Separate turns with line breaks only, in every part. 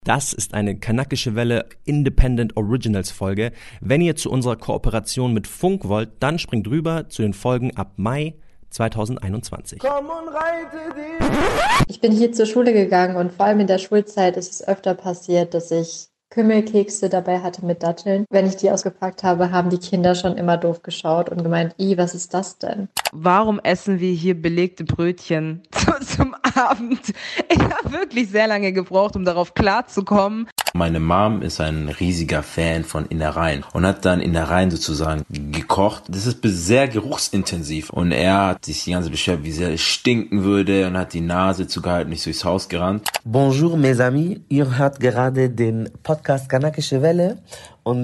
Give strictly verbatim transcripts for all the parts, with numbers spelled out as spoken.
Das ist eine kanakische Welle Independent Originals Folge. Wenn ihr zu unserer Kooperation mit Funk wollt, dann springt rüber zu den Folgen ab Mai zweitausendeinundzwanzig.
Komm und reite dich.
Ich bin hier zur Schule gegangen und vor allem in der Schulzeit ist es öfter passiert, dass ich Kümmelkekse dabei hatte mit Datteln. Wenn ich die ausgepackt habe, haben die Kinder schon immer doof geschaut und gemeint, ih, was ist das denn?
Warum essen wir hier belegte Brötchen zum Abend? Ich habe wirklich sehr lange gebraucht, um darauf klarzukommen.
Meine Mom ist ein riesiger Fan von Innereien und hat dann Innereien sozusagen gekocht. Das ist sehr geruchsintensiv und er hat sich die ganze Zeit beschwert, wie sehr es stinken würde und hat die Nase zugehalten, nicht durchs Haus gerannt.
Bonjour mes amis, ihr hört gerade den Podcast Kanakische Welle und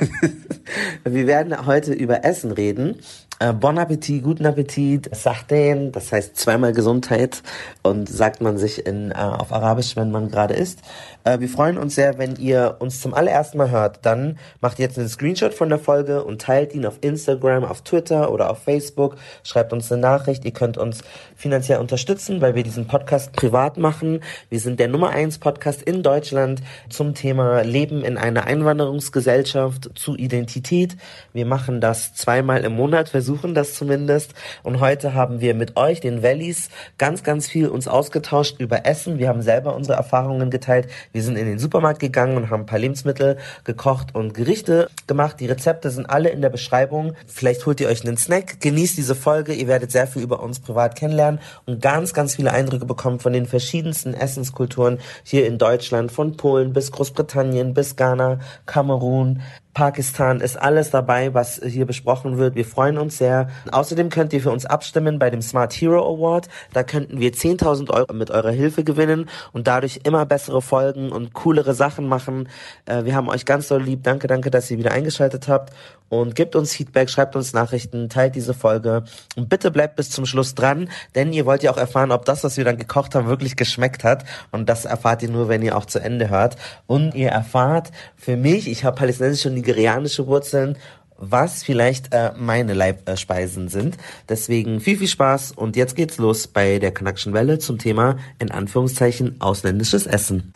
wir werden heute über Essen reden. Äh, bon Appetit, guten Appetit, Sahteen, das heißt zweimal Gesundheit und sagt man sich in, äh, auf Arabisch, wenn man gerade isst. Äh, wir freuen uns sehr, wenn ihr uns zum allerersten Mal hört. Dann macht ihr jetzt einen Screenshot von der Folge und teilt ihn auf Instagram, auf Twitter oder auf Facebook. Schreibt uns eine Nachricht. Ihr könnt uns finanziell unterstützen, weil wir diesen Podcast privat machen. Wir sind der Nummer eins Podcast in Deutschland zum Thema Leben in einer Einwanderungsgesellschaft, zu Identität. Wir machen das zweimal im Monat, versuchen das zumindest. Und heute haben wir mit euch, den Wellies, ganz, ganz viel uns ausgetauscht über Essen. Wir haben selber unsere Erfahrungen geteilt. Wir sind in den Supermarkt gegangen und haben ein paar Lebensmittel gekocht und Gerichte gemacht. Die Rezepte sind alle in der Beschreibung. Vielleicht holt ihr euch einen Snack, genießt diese Folge. Ihr werdet sehr viel über uns privat kennenlernen und ganz, ganz viele Eindrücke bekommen von den verschiedensten Essenskulturen hier in Deutschland, von Polen bis Großbritannien, bis Ghana, Kamerun, Pakistan, ist alles dabei, was hier besprochen wird. Wir freuen uns sehr. Außerdem könnt ihr für uns abstimmen bei dem Smart Hero Award. Da könnten wir zehntausend Euro mit eurer Hilfe gewinnen und dadurch immer bessere Folgen und coolere Sachen machen. Äh, wir haben euch ganz doll lieb. Danke, danke, dass ihr wieder eingeschaltet habt. Und gebt uns Feedback, schreibt uns Nachrichten, teilt diese Folge. Und bitte bleibt bis zum Schluss dran, denn ihr wollt ja auch erfahren, ob das, was wir dann gekocht haben, wirklich geschmeckt hat. Und das erfahrt ihr nur, wenn ihr auch zu Ende hört. Und ihr erfahrt für mich, ich habe palästinensische und nigerianische Wurzeln, was vielleicht äh, meine Leibspeisen sind. Deswegen viel, viel Spaß und jetzt geht's los bei der Kanakischen Welle zum Thema, in Anführungszeichen, ausländisches Essen.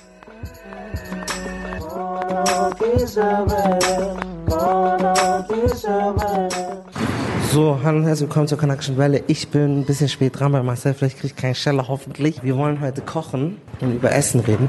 So, hallo und herzlich willkommen zur Kanakischen Welle. Ich bin ein bisschen spät dran bei Marcel, vielleicht kriege ich keinen Scheller, hoffentlich. Wir wollen heute kochen und über Essen reden.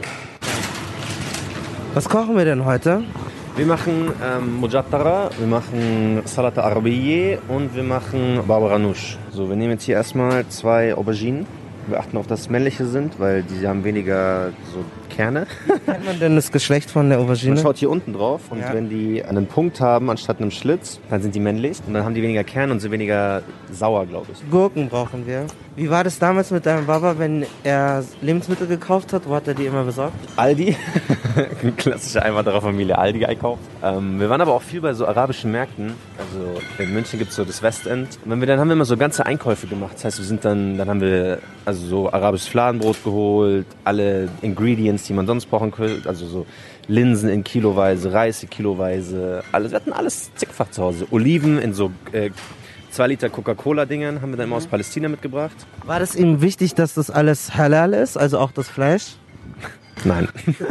Was kochen wir denn heute?
Wir machen ähm, Mujattara, wir machen Salata Arabiyye und wir machen Barbaranoush. So, wir nehmen jetzt hier erstmal zwei Auberginen. Wir achten auf, dass es männliche sind, weil die haben weniger so Kerne.
Wie kennt man denn das Geschlecht von der Aubergine?
Man schaut hier unten drauf und
ja.
Wenn die einen Punkt haben anstatt einem Schlitz, dann sind die männlich und dann haben die weniger Kerne und sind weniger sauer, glaube ich.
Gurken brauchen wir. Wie war das damals mit deinem Baba, wenn er Lebensmittel gekauft hat? Wo hat er die immer besorgt?
Aldi, klassische Einwandererfamilie Aldi einkauft. Ähm, wir waren aber auch viel bei so arabischen Märkten. Also in München gibt es so das Westend. Und wenn wir dann haben wir immer so ganze Einkäufe gemacht. Das heißt, wir sind dann, dann haben wir also so arabisches Fladenbrot geholt, alle Ingredients, die man sonst brauchen könnte, also so Linsen in Kiloweise, Reis in Kiloweise, alles. Wir hatten alles zigfach zu Hause. Oliven in so äh, zwei Liter Coca-Cola-Dingern haben wir dann immer aus Palästina mitgebracht.
War das ihm wichtig, dass das alles halal ist, also auch das Fleisch?
Nein.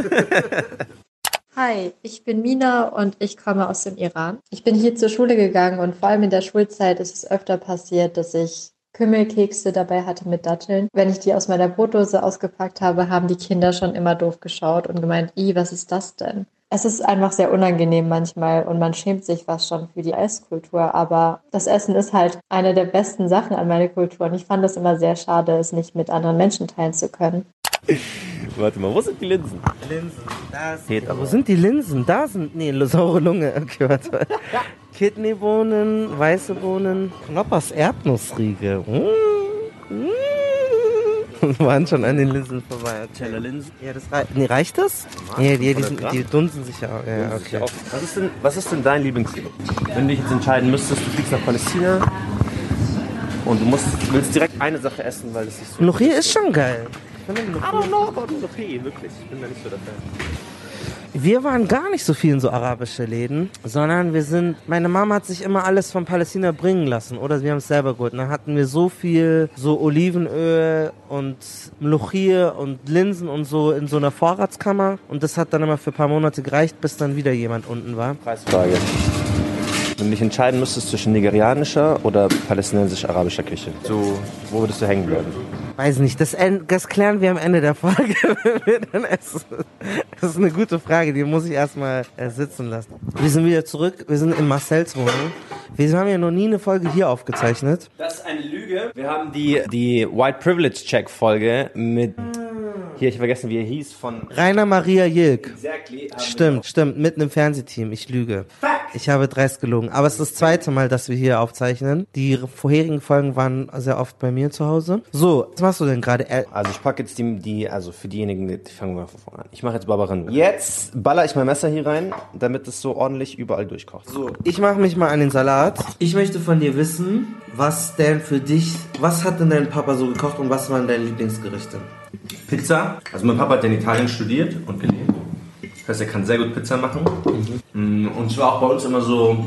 Hi, ich bin Mina und ich komme aus dem Iran. Ich bin hier zur Schule gegangen und vor allem in der Schulzeit ist es öfter passiert, dass ich Kümmelkekse dabei hatte mit Datteln. Wenn ich die aus meiner Brotdose ausgepackt habe, haben die Kinder schon immer doof geschaut und gemeint, ih, was ist das denn? Es ist einfach sehr unangenehm manchmal und man schämt sich fast schon für die Esskultur, aber das Essen ist halt eine der besten Sachen an meiner Kultur und ich fand es immer sehr schade, es nicht mit anderen Menschen teilen zu können.
Warte mal, wo sind die Linsen?
Linsen, da sind. Wo sind die Linsen? Da sind. Nee, saure Lunge. Okay, warte. Kidneybohnen, weiße Bohnen, Knoppers Erdnussriegel. Mm. Mm. Waren schon an den Linsen vorbei. Okay.
Linsen?
Ja, das reicht. Nee, reicht das? Nee, die, die, sind, die dunsen sich ja auch. Ja, okay.
Auch. Was ist denn, was ist denn dein Lieblingsgericht? Wenn du dich jetzt entscheiden müsstest, du fliegst nach Palästina und du musst, willst direkt eine Sache essen, weil es ist so.
Noch hier ist schon geil.
I don't know about Lochi, wirklich. Ich bin da nicht so der Fan.
Wir waren gar nicht so viel in so arabische Läden, sondern wir sind, meine Mama hat sich immer alles von Palästina bringen lassen oder wir haben es selber geholt. Und dann hatten wir so viel so Olivenöl und Mluchir und Linsen und so in so einer Vorratskammer und das hat dann immer für ein paar Monate gereicht, bis dann wieder jemand unten war.
Preisfrage. Wenn du dich entscheiden müsstest zwischen nigerianischer oder palästinensisch-arabischer Küche, so, wo würdest du hängen bleiben?
Weiß nicht, das, das klären wir am Ende der Folge, wenn wir dann essen. Das ist eine gute Frage, die muss ich erstmal äh, sitzen lassen. Wir sind wieder zurück, wir sind in Marcells Wohnung. Wir haben ja noch nie eine Folge hier aufgezeichnet.
Das ist eine Lüge. Wir haben die, die White Privilege Check Folge mit, hier, ich vergessen, wie er hieß, von
Rainer Maria Jilk.
Exactly.
Stimmt, stimmt, mit einem Fernsehteam. Ich lüge. Ich habe dreist gelogen. Aber es ist das zweite Mal, dass wir hier aufzeichnen. Die vorherigen Folgen waren sehr oft bei mir zu Hause. So, was machst du denn gerade? Äh,
Also ich packe jetzt die, die, also für diejenigen, die fangen wir mal von vorne an. Ich mache jetzt Barbarin. Jetzt baller ich mein Messer hier rein, damit es so ordentlich überall durchkocht.
So, ich mache mich mal an den Salat. Ich möchte von dir wissen, was denn für dich, was hat denn dein Papa so gekocht und was waren deine Lieblingsgerichte?
Pizza. Also mein Papa hat in Italien studiert und gelebt. Das heißt, er kann sehr gut Pizza machen. Mhm. Und es war auch bei uns immer so,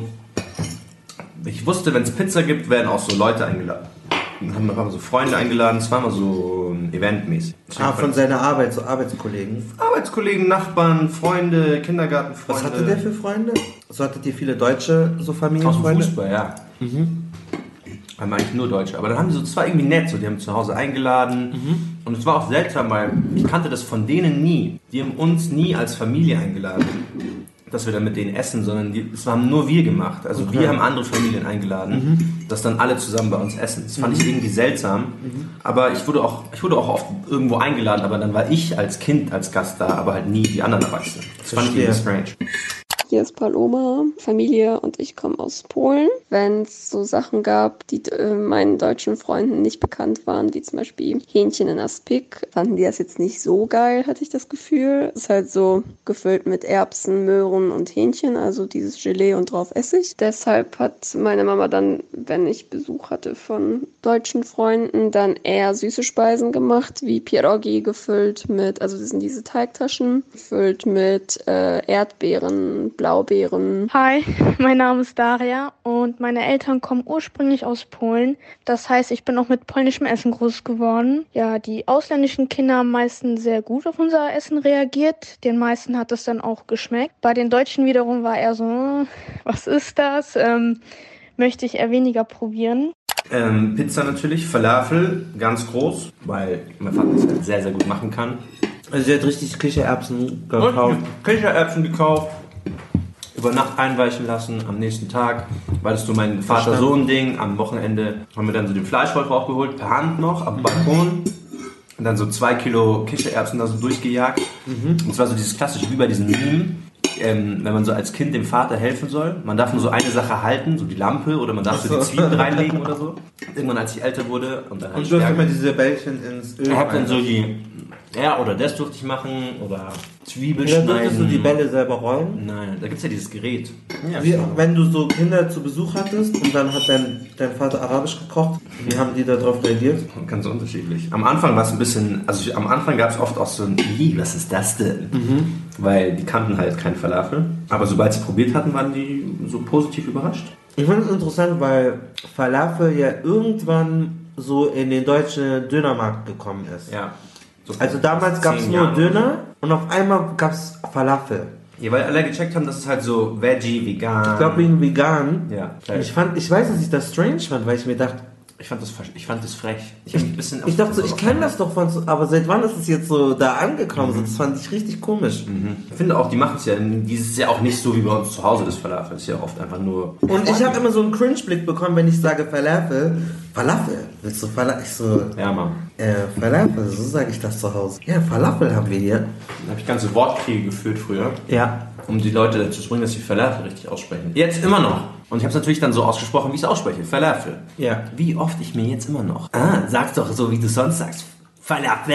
ich wusste, wenn es Pizza gibt, werden auch so Leute eingeladen. Dann haben wir Papa so Freunde eingeladen, es war immer so eventmäßig.
Ah, von seiner Arbeit, so Arbeitskollegen.
Arbeitskollegen, Nachbarn, Freunde, Kindergartenfreunde.
Was hatte der für Freunde? So hattet ihr viele Deutsche, so
Aus
Familienfreunde?
dem Fußball, ja. Mhm. Haben eigentlich nur Deutsche. Aber dann haben die so, das war irgendwie nett, so, die haben zu Hause eingeladen. Mhm. Und es war auch seltsam, weil ich kannte das von denen nie. Die haben uns nie als Familie eingeladen, dass wir dann mit denen essen, sondern die, das haben nur wir gemacht. Also okay. Wir haben andere Familien eingeladen, mhm. dass dann alle zusammen bei uns essen. Das fand mhm. ich irgendwie seltsam. Mhm. Aber ich wurde, auch, ich wurde auch oft irgendwo eingeladen, aber dann war ich als Kind als Gast da, aber halt nie die anderen Erwachsenen. Das fand ich irgendwie strange.
Hier ist Paloma, Familie und ich kommen aus Polen. Wenn es so Sachen gab, die äh, meinen deutschen Freunden nicht bekannt waren, wie zum Beispiel Hähnchen in Aspik, fanden die das jetzt nicht so geil, hatte ich das Gefühl. Es ist halt so gefüllt mit Erbsen, Möhren und Hähnchen, also dieses Gelee und drauf Essig. Deshalb hat meine Mama dann, wenn ich Besuch hatte von deutschen Freunden, dann eher süße Speisen gemacht, wie Pierogi gefüllt mit, also das sind diese Teigtaschen, gefüllt mit äh, Erdbeeren, Blaubeeren.
Hi, mein Name ist Daria und meine Eltern kommen ursprünglich aus Polen. Das heißt, ich bin auch mit polnischem Essen groß geworden. Ja, die ausländischen Kinder haben meistens sehr gut auf unser Essen reagiert. Den meisten hat es dann auch geschmeckt. Bei den Deutschen wiederum war eher so, was ist das? Ähm, möchte ich eher weniger probieren.
Ähm, Pizza natürlich, Falafel, ganz groß, weil mein Vater das halt sehr, sehr gut machen kann.
Also sie hat richtig Kichererbsen gekauft.
Kichererbsen gekauft. Über Nacht einweichen lassen, am nächsten Tag, weil das so mein Vater-Sohn-Ding, am Wochenende haben wir dann so den Fleischwolf rausgeholt, per Hand noch, am Balkon. Und dann so zwei Kilo Kichererbsen da so durchgejagt. Mhm. Und zwar so dieses klassische, wie bei diesen Meme, ähm, wenn man so als Kind dem Vater helfen soll. Man darf nur so eine Sache halten, so die Lampe, oder man darf so die Zwiebeln reinlegen oder so. Irgendwann, als ich älter wurde und dann halt
Und du hast immer diese Bällchen ins Öl.
Ich hab dann so die, ja, oder das durfte ich machen, oder Zwiebeln
ja,
schneiden.
durftest du die Bälle selber rollen?
Nein, da gibt's ja dieses Gerät. Ja,
wie, wenn du so Kinder zu Besuch hattest und dann hat dein, dein Vater Arabisch gekocht, wie haben die darauf reagiert?
Ganz unterschiedlich. Am Anfang war es ein bisschen, also am Anfang gab es oft auch so ein, wie, was ist das denn? Mhm. Weil die kannten halt kein Falafel. Aber sobald sie probiert hatten, waren die so positiv überrascht.
Ich finde es interessant, weil Falafel ja irgendwann so in den deutschen Dönermarkt gekommen ist.
Ja. So
also damals gab es nur Döner und auf einmal gab es Falafel.
Ja, weil alle gecheckt haben, dass es halt so Veggie, vegan.
Ich glaube wegen vegan.
Ja.
Und ich fand, ich weiß, dass ich das strange fand, weil ich mir dachte,
ich fand das, ich fand das frech. Ich, ich, ein bisschen
ich dachte so, ich kenne das doch von so, aber seit wann ist es jetzt so da angekommen? Mhm. Das fand ich richtig komisch.
Mhm. Ich finde auch, die machen es ja, dieses ist ja auch nicht so wie bei uns zu Hause, das Falafel. Das ist ja oft einfach nur...
Und ich habe immer so einen Cringe-Blick bekommen, wenn ich sage Falafel. Falafel? Willst du Falafel? Ich so...
Ja, Mann.
Äh, Falafel, so sage ich das zu Hause. Ja, Falafel haben wir hier.
Da habe ich ganze Wortkriege geführt früher.
Ja.
Um die Leute dazu zu bringen, dass sie Falafel richtig aussprechen. Jetzt immer noch. Und ich habe es natürlich dann so ausgesprochen, wie ich es ausspreche. Falafel.
Ja.
Wie oft ich mir jetzt immer noch... Ah, sag's doch so, wie du sonst sagst. Falafel.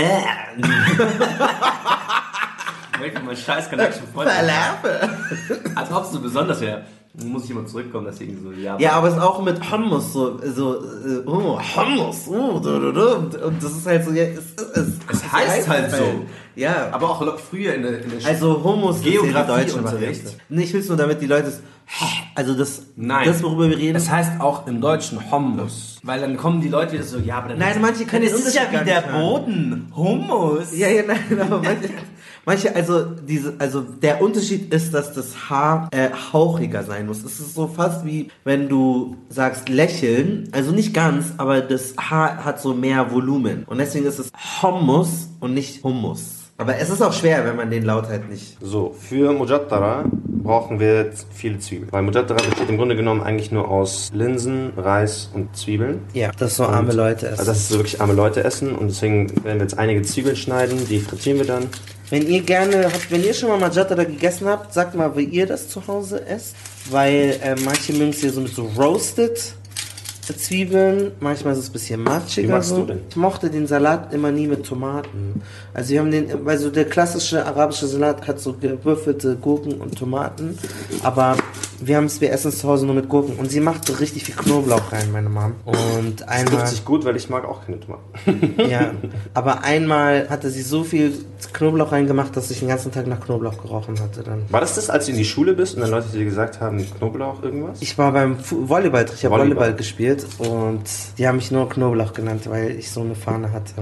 Wirklich mein scheiß Connection voll.
Falafel.
Als ob es so besonders wäre. Muss ich immer zurückkommen, deswegen so, ja.
Ja, aber es ist auch mit Hummus so, so äh, oh, Hummus, oh, du, du, du. Und das ist halt so, ja, es, es, es,
Es heißt halt so.
Ja,
Aber auch früher in der, in der Schule.
also Hummus
Geografie-
ist ja die deutsche
Unterricht.
Variante. Nee, ich will es nur, damit die Leute es, also das,
Nein.
das, worüber wir reden.
Es heißt auch im Deutschen Hummus. Weil dann kommen die Leute wieder so, ja, aber dann...
Nein, manche können
dann
den
ist es ja
Unterschied
wie
gar
der
nicht hören.
Boden. Hummus.
Ja, ja, nein, aber manche, manche, also diese, also der Unterschied ist, dass das Haar äh, hauchiger sein muss. Es ist so fast wie, wenn du sagst lächeln, also nicht ganz, aber das Haar hat so mehr Volumen. Und deswegen ist es Hummus und nicht Hummus. Aber es ist auch schwer, wenn man den Laut halt nicht...
So, für Mujattara brauchen wir viele Zwiebeln. Weil Mujattara besteht im Grunde genommen eigentlich nur aus Linsen, Reis und Zwiebeln.
Ja, das so arme
Und-
Leute essen.
Also das ist so wirklich arme Leute essen und deswegen werden wir jetzt einige Zwiebeln schneiden, die frittieren wir dann.
Wenn ihr gerne habt, wenn ihr schon mal Majatara gegessen habt, sagt mal, wie ihr das zu Hause esst. Weil äh, manche mögen es hier so mit so roasted Zwiebeln, manchmal ist es ein bisschen matschiger.
Wie magst
so.
du denn?
Ich mochte den Salat immer nie mit Tomaten. Also wir haben den, also der klassische arabische Salat hat so gewürfelte Gurken und Tomaten, aber wir haben es, wir essen es zu Hause nur mit Gurken. Und sie macht so richtig viel Knoblauch rein, meine Mom. Und
Das
einmal,
trifft sich gut, weil ich mag auch keine Tomaten.
ja, aber einmal hatte sie so viel Knoblauch reingemacht, dass ich den ganzen Tag nach Knoblauch gerochen hatte dann.
War das das, als du in die Schule bist und dann Leute dir gesagt haben, Knoblauch irgendwas?
Ich war beim Fu- Volleyball, ich habe
Volleyball.
Volleyball gespielt und die haben mich nur Knoblauch genannt, weil ich so eine Fahne hatte.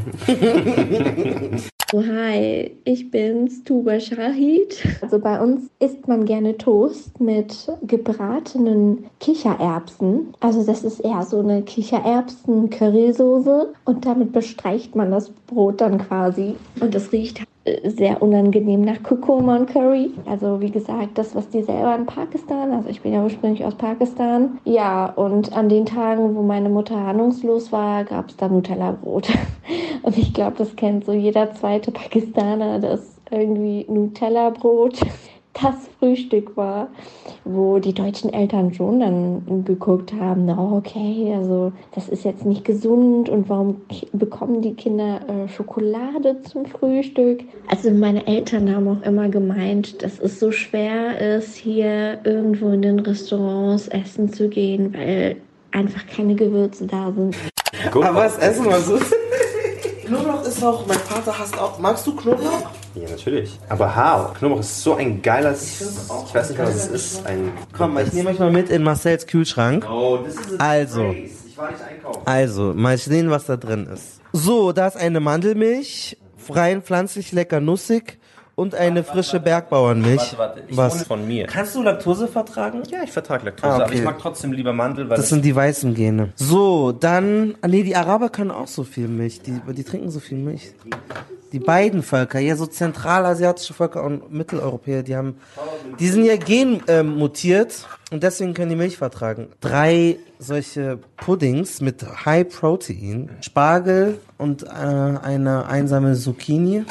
Oh, hi, ich bin's, Tuba Shahid.
Also bei uns isst man gerne Toast mit gebratenen Kichererbsen. Also das ist eher so eine Kichererbsen-Currysoße und damit bestreicht man das Brot dann quasi. Und es riecht äh, sehr unangenehm nach Kurkuma und Curry. Also wie gesagt, das, was die selber in Pakistan, also ich bin ja ursprünglich aus Pakistan. Ja, und an den Tagen, wo meine Mutter ahnungslos war, gab es da Nutella-Brot. Und ich glaube, das kennt so jeder zweite Pakistaner, dass irgendwie Nutella-Brot das Frühstück war, wo die deutschen Eltern schon dann geguckt haben, oh, okay, also das ist jetzt nicht gesund und warum ki- bekommen die Kinder äh, Schokolade zum Frühstück? Also meine Eltern haben auch immer gemeint, dass es so schwer ist, hier irgendwo in den Restaurants essen zu gehen, weil einfach keine Gewürze da sind.
Aber was essen wir so? Knoblauch ist auch, mein Vater hasst auch. Magst du Knoblauch?
Ja, natürlich. Aber how? Knoblauch ist so ein geiles... Ich weiß nicht mehr, was es ist. Ein
Komm, ich nehme euch mal mit in Marcells Kühlschrank.
Oh, das ist
Also.
Ich war nicht einkaufen.
Also, mal sehen, was da drin ist. So, da ist eine Mandelmilch, rein pflanzlich lecker nussig und eine frische Bergbauernmilch.
Warte, warte. Ich
Was?
hole von mir.
Kannst du Laktose vertragen?
Ja, ich vertrage Laktose,
Ah, okay.
aber ich mag trotzdem lieber Mandel, weil
Das sind die weißen Gene. So, dann, ah, nee, die Araber können auch so viel Milch. Die, die trinken so viel Milch. Die beiden Völker, ja, so zentralasiatische Völker und Mitteleuropäer, die haben, die sind ja gen ähm, mutiert und deswegen können die Milch vertragen. Drei solche Puddings mit High Protein, Spargel und äh, eine einsame Zucchini,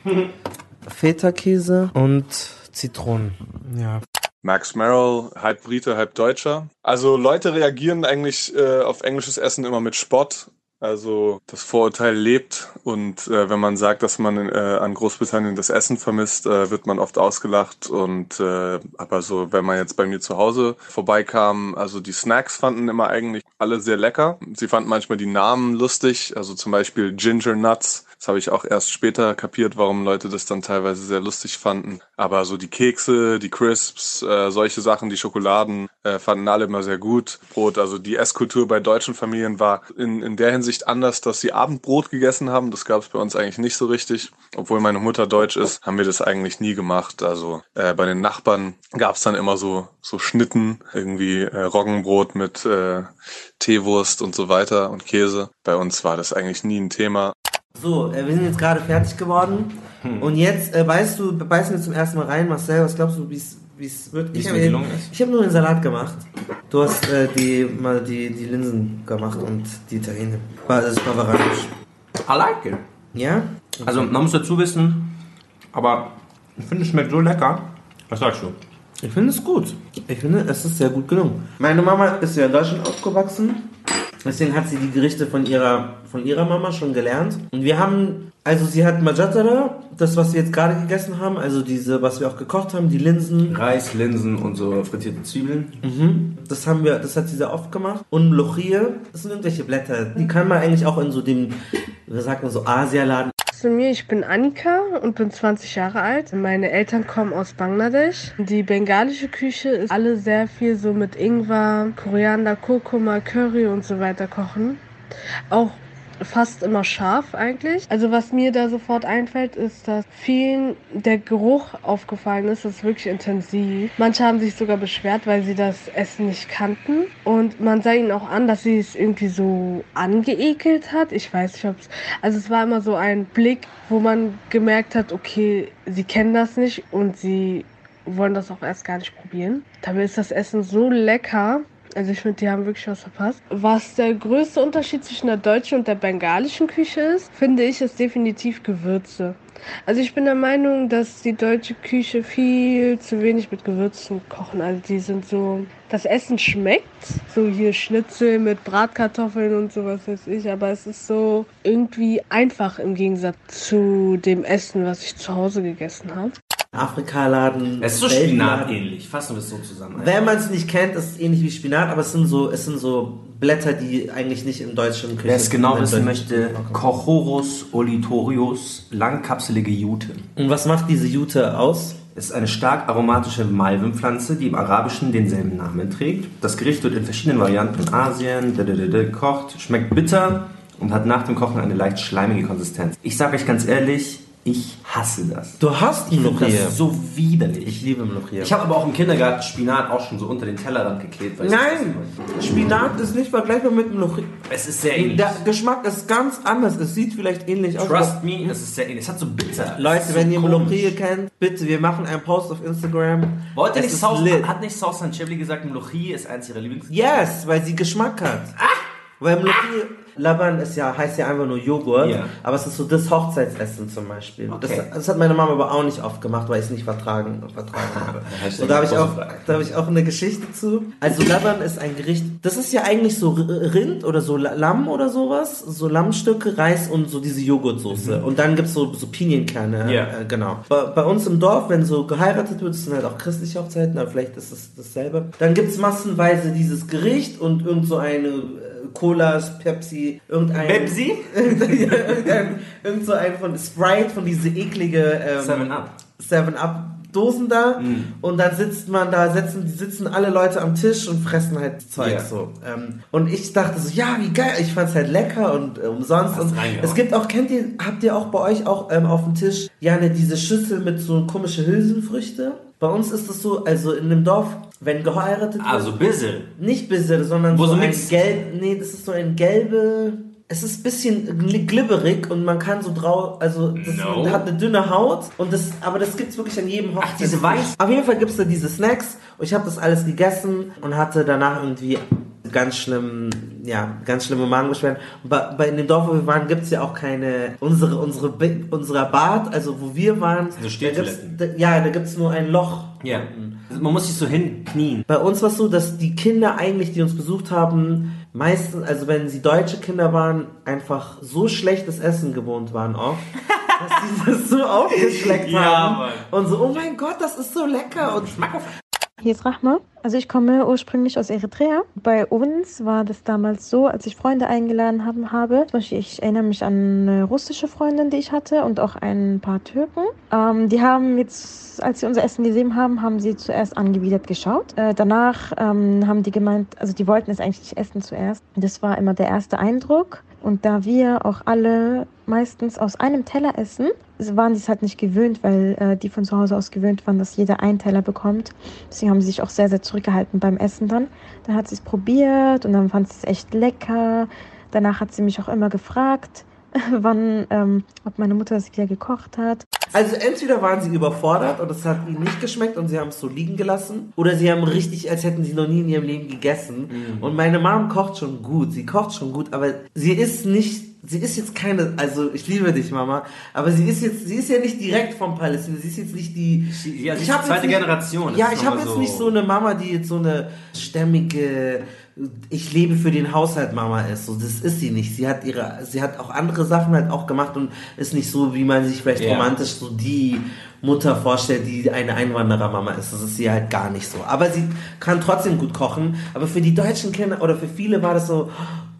Feta-Käse und Zitronen. Ja.
Max Merrill, halb Brite, halb Deutscher. Also Leute reagieren eigentlich äh, auf englisches Essen immer mit Spott. Also das Vorurteil lebt und äh, wenn man sagt, dass man äh, an Großbritannien das Essen vermisst, äh, wird man oft ausgelacht. Und äh, aber so, wenn man jetzt bei mir zu Hause vorbeikam, also die Snacks fanden immer eigentlich alle sehr lecker. Sie fanden manchmal die Namen lustig, also zum Beispiel Ginger Nuts. Das habe ich auch erst später kapiert, warum Leute das dann teilweise sehr lustig fanden. Aber so die Kekse, die Crisps, äh, solche Sachen, die Schokoladen, äh, fanden alle immer sehr gut. Brot, also die Esskultur bei deutschen Familien war in, in der Hinsicht anders, dass sie Abendbrot gegessen haben. Das gab es bei uns eigentlich nicht so richtig. Obwohl meine Mutter deutsch ist, haben wir das eigentlich nie gemacht. Also äh, bei den Nachbarn gab es dann immer so so Schnitten, irgendwie äh, Roggenbrot mit äh, Teewurst und so weiter und Käse. Bei uns war das eigentlich nie ein Thema.
So, äh, wir sind jetzt gerade fertig geworden. Und jetzt äh, beißt du, beißen wir zum ersten Mal rein. Marcel, was glaubst du, wie es wird?
Wie's
Ich
mir
habe
gelungen ist?
ich hab nur den Salat gemacht. Du hast äh, die, mal die, die Linsen gemacht und die Terrine. War, das war überraschend.
I like it.
Ja?
Also man muss dazu wissen, aber ich finde es schmeckt so lecker. Was sagst du?
Ich finde es gut. Ich finde, es ist sehr gut gelungen. Meine Mama ist ja in Deutschland aufgewachsen. Deswegen hat sie die Gerichte von ihrer, von ihrer Mama schon gelernt. Und wir haben, also sie hat Majatara, das, was wir jetzt gerade gegessen haben, also diese, was wir auch gekocht haben, die Linsen.
Reis, Linsen und so frittierte Zwiebeln.
Mhm. Das haben wir, das hat sie sehr oft gemacht. Und Lochie, das sind irgendwelche Blätter. Die kann man eigentlich auch in so dem, wie sagt man so, Asialaden.
Zu mir, ich bin Annika und bin zwanzig Jahre alt. Meine Eltern kommen aus Bangladesch. Die bengalische Küche ist alle sehr viel so mit Ingwer, Koriander, Kurkuma, Curry und so weiter kochen. Auch fast immer scharf eigentlich. Also was mir da sofort einfällt, ist, dass vielen der Geruch aufgefallen ist. Das ist wirklich intensiv. Manche haben sich sogar beschwert, weil sie das Essen nicht kannten. Und man sah ihnen auch an, dass sie es irgendwie so angeekelt hat. Ich weiß nicht, ob es... Also es war immer so ein Blick, wo man gemerkt hat, okay, sie kennen das nicht und sie wollen das auch erst gar nicht probieren. Dabei ist das Essen so lecker. Also ich finde, die haben wirklich was verpasst. Was der größte Unterschied zwischen der deutschen und der bengalischen Küche ist, finde ich, ist definitiv Gewürze. Also ich bin der Meinung, dass die deutsche Küche viel zu wenig mit Gewürzen kochen. Also die sind so, das Essen schmeckt, so hier Schnitzel mit Bratkartoffeln und sowas weiß ich, aber es ist so irgendwie einfach im Gegensatz zu dem Essen, was ich zu Hause gegessen habe.
Afrikaladen.
Es ist so spinatähnlich, fassen wir es so zusammen.
Wenn man es nicht kennt, ist es ähnlich wie Spinat, aber es sind so, es sind so Blätter, die eigentlich nicht im deutschen Küche.
Wer es genau wissen möchte, Cochorus olitorius, langkapselige Jute.
Und was macht diese Jute aus?
Es ist eine stark aromatische Malvenpflanze, die im Arabischen denselben Namen trägt. Das Gericht wird in verschiedenen Varianten in Asien gekocht, schmeckt bitter und hat nach dem Kochen eine leicht schleimige Konsistenz. Ich sage euch ganz ehrlich, ich hasse das.
Du hast
Ich finde
Mlochie.
das so widerlich.
Ich liebe Mlochie.
Ich habe aber auch im Kindergarten Spinat auch schon so unter den Tellerrand geklebt. Weil
Nein, Spinat ist nicht vergleichbar mit Mlochie.
Es ist sehr ähnlich.
Der Geschmack ist ganz anders. Es sieht vielleicht ähnlich aus.
Trust me, es ist sehr ähnlich. Es hat so bitter.
Leute,
Es ist
wenn
so
ihr
komisch.
Mlochie kennt, bitte, wir machen einen Post auf Instagram.
Wollt ihr
Es
nicht
ist
Sauce,
lit.
hat nicht Sauce Sanchevli gesagt, Mlochie ist eins ihrer Lieblings...
Yes, weil sie Geschmack hat. Ah! Weil Mlochie, Laban ist ja, heißt ja einfach nur Joghurt,
Ja.
aber es ist so das Hochzeitsessen zum Beispiel.
Okay.
Das, das hat meine Mama aber auch nicht oft gemacht, weil ich es nicht vertragen, vertragen habe.
Hashtag
Und da habe ich, auch,
Frage.
da hab ich auch eine Geschichte zu. Also Laban ist ein Gericht, das ist ja eigentlich so R- Rind oder so La- Lamm oder sowas, so Lammstücke, Reis und so diese Joghurtsoße. Und dann gibt's so, so Pinienkerne,
Ja.
äh, genau. Bei, bei uns im Dorf, wenn so geheiratet wird, das sind halt auch christliche Hochzeiten, aber vielleicht ist es dasselbe, dann gibt's massenweise dieses Gericht und irgend so eine äh, Colas, Pepsi, irgendein...
Pepsi?
irgendein, irgend so ein von Sprite, von diese eklige... Ähm,
Seven Up.
Seven Up Dosen da
Mm.
und dann sitzt man da, sitzen, sitzen alle Leute am Tisch und fressen halt Zeug
Ja.
so. Ähm, und ich dachte so, ja, wie geil, ich fand's halt lecker und äh, umsonst.
Hast
Und
reingehauen.
es gibt auch, kennt ihr, habt ihr auch bei euch auch ähm, auf dem Tisch, ja, ne, diese Schüssel mit so komische Hülsenfrüchte? Bei uns ist es so, also in einem Dorf, wenn geheiratet wird,
Also Bissel.
nicht Bissel, sondern
Wo
so
so
ein
nix-
gelb, nee, das ist so ein gelbe, es ist ein bisschen gl- glibberig und man kann so drauf, also das
No.
hat eine dünne Haut und das, aber das gibt's wirklich an jedem Hochzeit.
Ach, diese weiß-
Auf jeden Fall gibt's da diese Snacks und ich habe das alles gegessen und hatte danach irgendwie ganz schlimm, ja, ganz schlimme Magenbeschwerden. Und bei, bei in dem Dorf, wo wir waren, gibt's ja auch keine, unsere, unsere, Bi- unser Bad, also wo wir waren,
So
da gibt's,
Stehtoiletten.
da, ja, da gibt's nur ein Loch.
Ja. Man muss sich so hinknien.
Bei uns war es so, dass die Kinder eigentlich, die uns besucht haben, meistens, also wenn sie deutsche Kinder waren, einfach so schlechtes Essen gewohnt waren oft, dass sie das so aufgeschleckt
Ja,
haben.
Mann.
Und so, oh mein Gott, das ist so lecker und schmackhaft.
Hier ist Rahma. Also ich komme ursprünglich aus Eritrea. Bei uns war das damals so, als ich Freunde eingeladen haben, habe. Zum Beispiel, ich erinnere mich an eine russische Freundin, die ich hatte und auch ein paar Türken. Ähm, die haben jetzt, als sie unser Essen gesehen haben, haben sie zuerst angewidert geschaut. Äh, danach ähm, haben die gemeint, also die wollten es eigentlich nicht essen zuerst. Das war immer der erste Eindruck. Und da wir auch alle meistens aus einem Teller essen, waren die es halt nicht gewöhnt, weil äh, die von zu Hause aus gewöhnt waren, dass jeder einen Teller bekommt. Deswegen haben sie sich auch sehr, sehr zurückgehalten beim Essen dann. Dann hat sie es probiert und dann fand sie es echt lecker. Danach hat sie mich auch immer gefragt, wann, ähm, ob meine Mutter das wieder gekocht hat.
Also entweder waren sie überfordert und es hat ihnen nicht geschmeckt und sie haben es so liegen gelassen, oder sie haben richtig, als hätten sie noch nie in ihrem Leben gegessen.
Mhm.
Und meine Mom kocht schon gut, sie kocht schon gut, aber sie ist nicht sie ist jetzt keine, also ich liebe dich, Mama, aber sie ist jetzt, sie ist ja nicht direkt vom Palästina, sie ist jetzt nicht die,
ja, sie
ich
ist
habe
die zweite
nicht,
Generation.
Ja, ich habe jetzt
so
nicht so eine Mama, die jetzt so eine stämmige, ich lebe für den Haushalt Mama ist, so, das ist sie nicht. Sie hat ihre, sie hat auch andere Sachen halt auch gemacht und ist nicht so, wie man sich vielleicht
Ja.
romantisch so die Mutter vorstellt, die eine Einwanderermama ist. Das ist sie halt gar nicht so. Aber sie kann trotzdem gut kochen. Aber für die deutschen Kinder oder für viele war das so,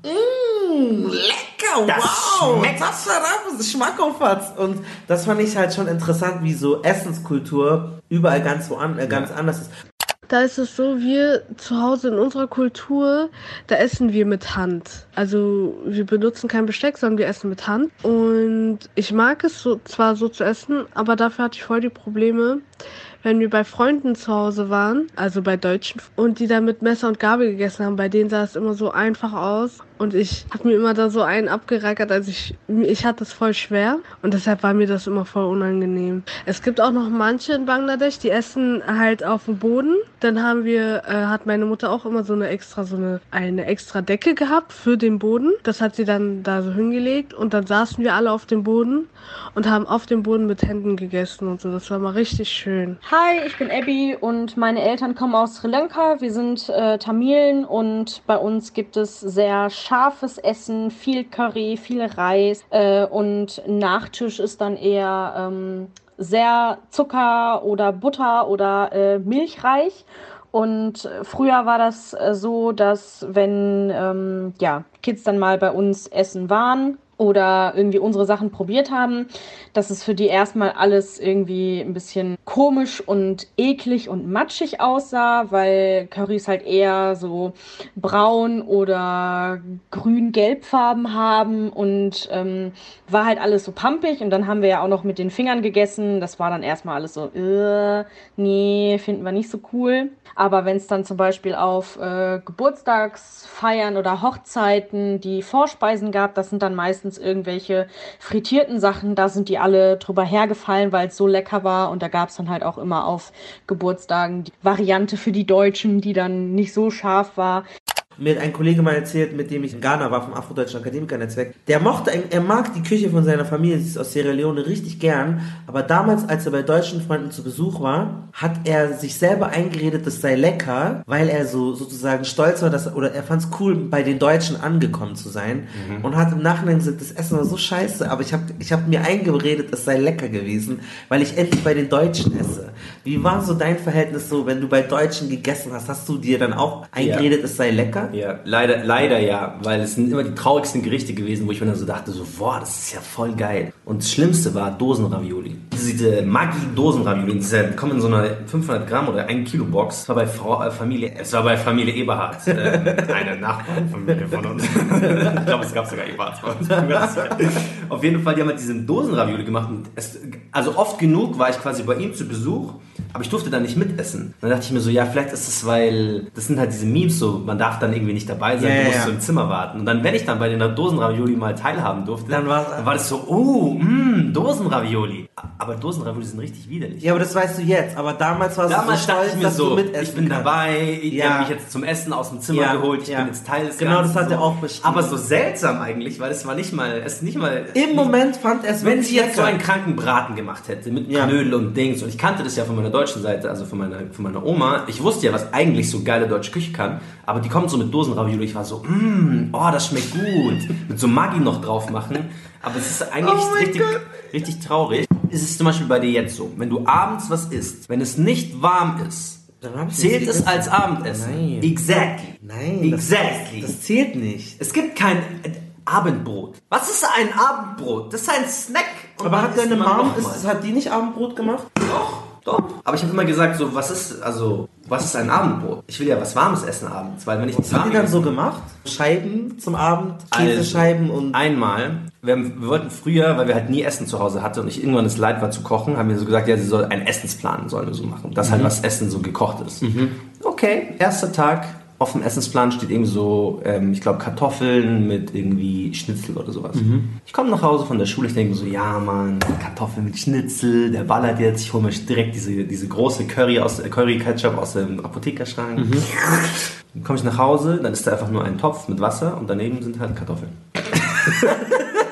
mmm, lecker,
Das
wow,
schmeckt.
das ist Schmackofatz. Und das fand ich halt schon interessant, wie so Essenskultur überall ganz wo an, äh, ganz ja. anders ist.
Da ist es so, wir zu Hause in unserer Kultur, da essen wir mit Hand. Also wir benutzen kein Besteck, sondern wir essen mit Hand. Und ich mag es so, zwar so zu essen, aber dafür hatte ich voll die Probleme, wenn wir bei Freunden zu Hause waren, also bei Deutschen, und die dann mit Messer und Gabel gegessen haben. Bei denen sah es immer so einfach aus. Und ich habe mir immer da so einen abgerackert, also ich, ich hatte es voll schwer. Und deshalb war mir das immer voll unangenehm. Es gibt auch noch manche in Bangladesch, die essen halt auf dem Boden. Dann haben wir, äh, hat meine Mutter auch immer so eine extra, so eine, eine extra Decke gehabt für den Boden. Das hat sie dann da so hingelegt. Und dann saßen wir alle auf dem Boden und haben auf dem Boden mit Händen gegessen und so. Das war mal richtig schön.
Hi, ich bin Abby und meine Eltern kommen aus Sri Lanka. Wir sind äh, Tamilen und bei uns gibt es sehr scharfes Essen, viel Curry, viel Reis äh, und Nachtisch ist dann eher ähm, sehr Zucker oder Butter oder äh, milchreich. Und früher war das äh, so, dass wenn ähm, ja, Kids dann mal bei uns essen waren oder irgendwie unsere Sachen probiert haben, dass es für die erstmal alles irgendwie ein bisschen komisch und eklig und matschig aussah, weil Currys halt eher so braun oder grün-gelbfarben haben und ähm, war halt alles so pampig und dann haben wir ja auch noch mit den Fingern gegessen, das war dann erstmal alles so, äh, nee, finden wir nicht so cool. Aber wenn es dann zum Beispiel auf äh, Geburtstagsfeiern oder Hochzeiten die Vorspeisen gab, das sind dann meistens irgendwelche frittierten Sachen, da sind die alle drüber hergefallen, weil es so lecker war und da gab es dann halt auch immer auf Geburtstagen die Variante für die Deutschen, die dann nicht so scharf war.
Mir hat ein Kollege mal erzählt, mit dem ich in Ghana war, vom Afrodeutschen Akademikernetzwerk, der mochte, er mag die Küche von seiner Familie, sie ist aus Sierra Leone, richtig gern, aber damals, als er bei deutschen Freunden zu Besuch war, hat er sich selber eingeredet, das sei lecker, weil er so sozusagen stolz war, dass, oder er fand es cool, bei den Deutschen angekommen zu sein mhm. und hat im Nachhinein gesagt, das Essen war so scheiße, aber ich habe ich hab mir eingeredet, es sei lecker gewesen, weil ich endlich bei den Deutschen esse. Wie war so dein Verhältnis so, wenn du bei Deutschen gegessen hast, hast du dir dann auch eingeredet, ja. es sei lecker?
Ja, leider, leider ja, weil es sind immer die traurigsten Gerichte gewesen, wo ich mir dann so dachte, so, boah, das ist ja voll geil. Und das Schlimmste war Dosenravioli. Diese Maggi-Dosenravioli, die kommen in so einer fünfhundert Gramm oder ein Kilo Box. Das war bei Frau, äh, Familie, es war bei Familie Eberhardt, äh, eine Nachbarnfamilie von uns. Ich glaube, es gab sogar Eberhardt bei uns. Auf jeden Fall, die haben halt diesen Dosenravioli gemacht. Und es, also oft genug war ich quasi bei ihm zu Besuch, aber ich durfte da nicht mitessen. Dann dachte ich mir so, ja, vielleicht ist es, weil, das sind halt diese Memes so, man darf dann irgendwie nicht dabei sein, yeah, du musst ja. so im Zimmer warten. Und dann, wenn ich dann bei den Dosenravioli mal teilhaben durfte, dann war, dann war das so, oh, mh, Dosenravioli. Aber Dosenravioli sind richtig widerlich.
Ja, aber das weißt du jetzt. Aber damals war es
damals
so stolz,
ich mir
dass
so,
du mitessen
ich bin
kannst.
dabei, ich
ja.
habe mich jetzt zum Essen aus dem Zimmer
ja.
geholt, ich
ja.
bin jetzt Teil des
Genau,
Ganzen.
das hat
so.
er auch bestimmt.
Aber so seltsam eigentlich, weil es war nicht mal, es nicht mal...
Im
nicht,
Moment fand er es
wenn sie jetzt
lecker.
so einen kranken Braten gemacht hätte, mit ja. Knödel und Dings, und ich kannte das ja von meiner deutschen Seite, also von meiner, von meiner Oma, ich wusste ja, was eigentlich so geile deutsche Küche kann, aber die kommt so mit Dosenravioli, ich war so, mmm, oh, das schmeckt gut, mit so Maggi noch drauf machen, aber es ist eigentlich
oh
richtig, richtig traurig. Es ist zum Beispiel bei dir jetzt so, wenn du abends was isst, wenn es nicht warm ist, zählt es als Abendessen.
Nein.
Exactly.
Nein,
exactly.
Das, das zählt nicht.
Es gibt kein Abendbrot. Was ist ein Abendbrot? Das ist ein Snack. Und
aber hat deine Mom,
ist,
hat die nicht Abendbrot gemacht?
Doch, doch. Aber ich habe immer gesagt, so, was ist, also, was ist ein Abendbrot? Ich will ja was Warmes essen abends, weil wenn ich
was hat die dann so gemacht? Scheiben zum Abend, Käsescheiben
also,
und...
Einmal, wir, haben, wir wollten früher, weil wir halt nie Essen zu Hause hatten und ich irgendwann das Leid war zu kochen, haben wir so gesagt, ja, sie soll einen Essensplan sollen wir so machen, dass mhm. halt was Essen so gekocht ist. Mhm. Okay, erster Tag, auf dem Essensplan steht irgendwie so, ähm, ich glaube, Kartoffeln mit irgendwie Schnitzel oder sowas. Mhm. Ich komme nach Hause von der Schule, ich denke mir so, ja Mann, Kartoffeln mit Schnitzel, der ballert jetzt, ich hole mir direkt diese, diese große Curry aus, äh, Curry-Ketchup aus dem Apothekerschrank. Mhm. Dann komme ich nach Hause, dann ist da einfach nur ein Topf mit Wasser und daneben sind halt Kartoffeln.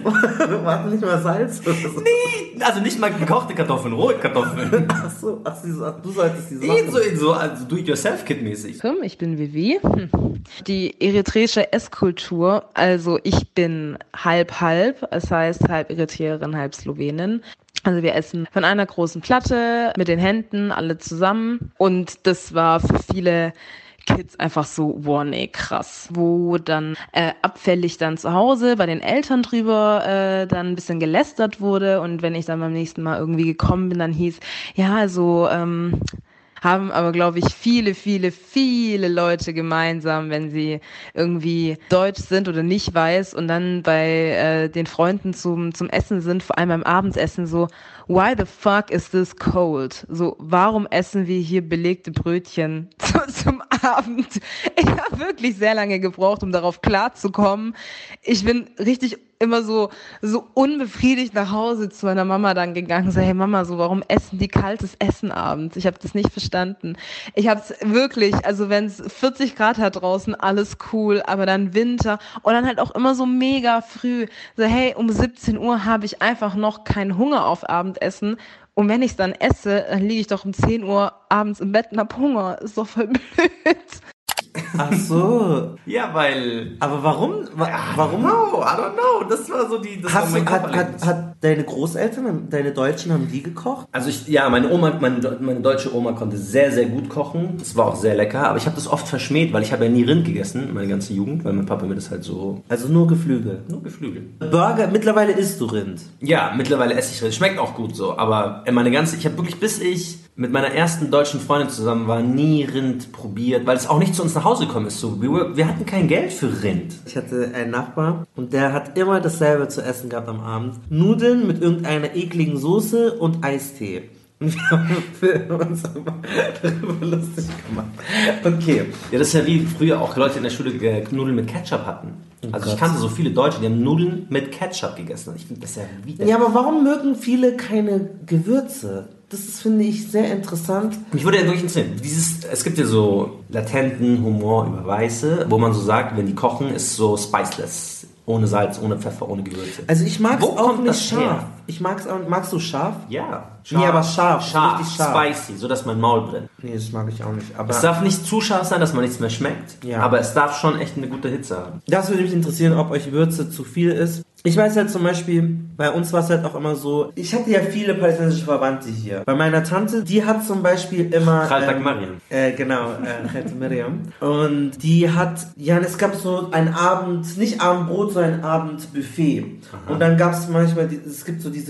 Warte, nicht mal Salz?
Nee, also nicht mal gekochte Kartoffeln, rohe Kartoffeln.
Ach so, ach, du solltest diese
machen. So, so also do-it-yourself-Kit-mäßig.
Ich bin Vivi. Die eritreische Esskultur, also ich bin halb-halb, das heißt halb Eritreerin, halb Slowenin. Also wir essen von einer großen Platte mit den Händen alle zusammen und das war für viele Kids einfach so, wow, nee, krass. Wo dann äh, abfällig dann zu Hause bei den Eltern drüber äh, dann ein bisschen gelästert wurde und wenn ich dann beim nächsten Mal irgendwie gekommen bin, dann hieß, ja, also ähm, haben aber, glaube ich, viele, viele, viele Leute gemeinsam, wenn sie irgendwie deutsch sind oder nicht weiß und dann bei äh, den Freunden zum zum Essen sind, vor allem beim Abendessen so, why the fuck is this cold? So, warum essen wir hier belegte Brötchen zu, zum Abend? Ich habe wirklich sehr lange gebraucht, um darauf klarzukommen. Ich bin richtig immer so so unbefriedigt nach Hause zu meiner Mama dann gegangen, so, hey Mama, so warum essen die kaltes Essen abends? Ich habe das nicht verstanden. Ich habe es wirklich, also wenn es vierzig Grad hat draußen, alles cool, aber dann Winter und dann halt auch immer so mega früh, so hey, um siebzehn Uhr habe ich einfach noch keinen Hunger auf Abendessen. Und wenn ich es dann esse, dann liege ich doch um zehn Uhr abends im Bett und hab Hunger. Ist doch voll blöd.
Ach so.
Ja, weil...
Aber warum? Wa- warum?
I don't know, I don't know. Das war so die... Das
Hast
war
du,
mein
hat,
Kopferlebnis.
hat, hat deine Großeltern, deine Deutschen, haben die gekocht?
Also ich, ja, meine Oma, meine, meine deutsche Oma konnte sehr, sehr gut kochen. Das war auch sehr lecker, aber ich habe das oft verschmäht, weil ich habe ja nie Rind gegessen, meine ganze Jugend, weil mein Papa mir das halt so...
Also nur Geflügel?
Nur Geflügel.
Burger, mittlerweile isst du Rind?
Ja, mittlerweile esse ich Rind. Schmeckt auch gut so, aber meine ganze... Ich habe wirklich, bis ich mit meiner ersten deutschen Freundin zusammen war, nie Rind probiert, weil es auch nicht zu uns nach Hause gekommen ist. So, wir, wir hatten kein Geld für Rind.
Ich hatte einen Nachbar und der hat immer dasselbe zu essen gehabt am Abend. Nudeln mit irgendeiner ekligen Soße und Eistee. Und wir haben uns immer darüber lustig gemacht. Okay.
Ja, das ist ja wie früher auch Leute in der Schule äh, Nudeln mit Ketchup hatten.
Oh
also
Gott.
ich kannte so viele Deutsche, die haben Nudeln mit Ketchup gegessen. Ich finde das ja widerlich.
Ja, aber warum mögen viele keine Gewürze? Das ist, finde ich, sehr interessant.
Mich würde ja wirklich interessieren, dieses, es gibt ja so latenten Humor über Weiße, wo man so sagt, wenn die kochen, ist so spiceless. Ohne Salz, ohne Pfeffer, ohne Gewürze.
Also ich mag es
Wo
auch
kommt
nicht
das
scharf.
her?
Ich mag's auch, magst du scharf?
Ja.
Nee, aber scharf.
Scharf,
richtig scharf.
spicy, so dass mein Maul brennt.
Nee, das mag ich auch nicht. Aber
Es darf nicht zu scharf sein, dass man nichts mehr schmeckt,
Ja.
aber es darf schon echt eine gute Hitze haben.
das würde mich interessieren, ob euch Würze zu viel ist. Ich weiß halt zum Beispiel, bei uns war es halt auch immer so, ich hatte ja viele palästinensische Verwandte hier. Bei meiner Tante, die hat zum Beispiel immer...
Khaltak Mariam.
Äh, genau, äh, Khaltak Mariam. Und die hat, ja, es gab so ein Abend, nicht Abendbrot, sondern ein Abendbuffet.
Aha.
Und dann gab es manchmal, die, es gibt so diese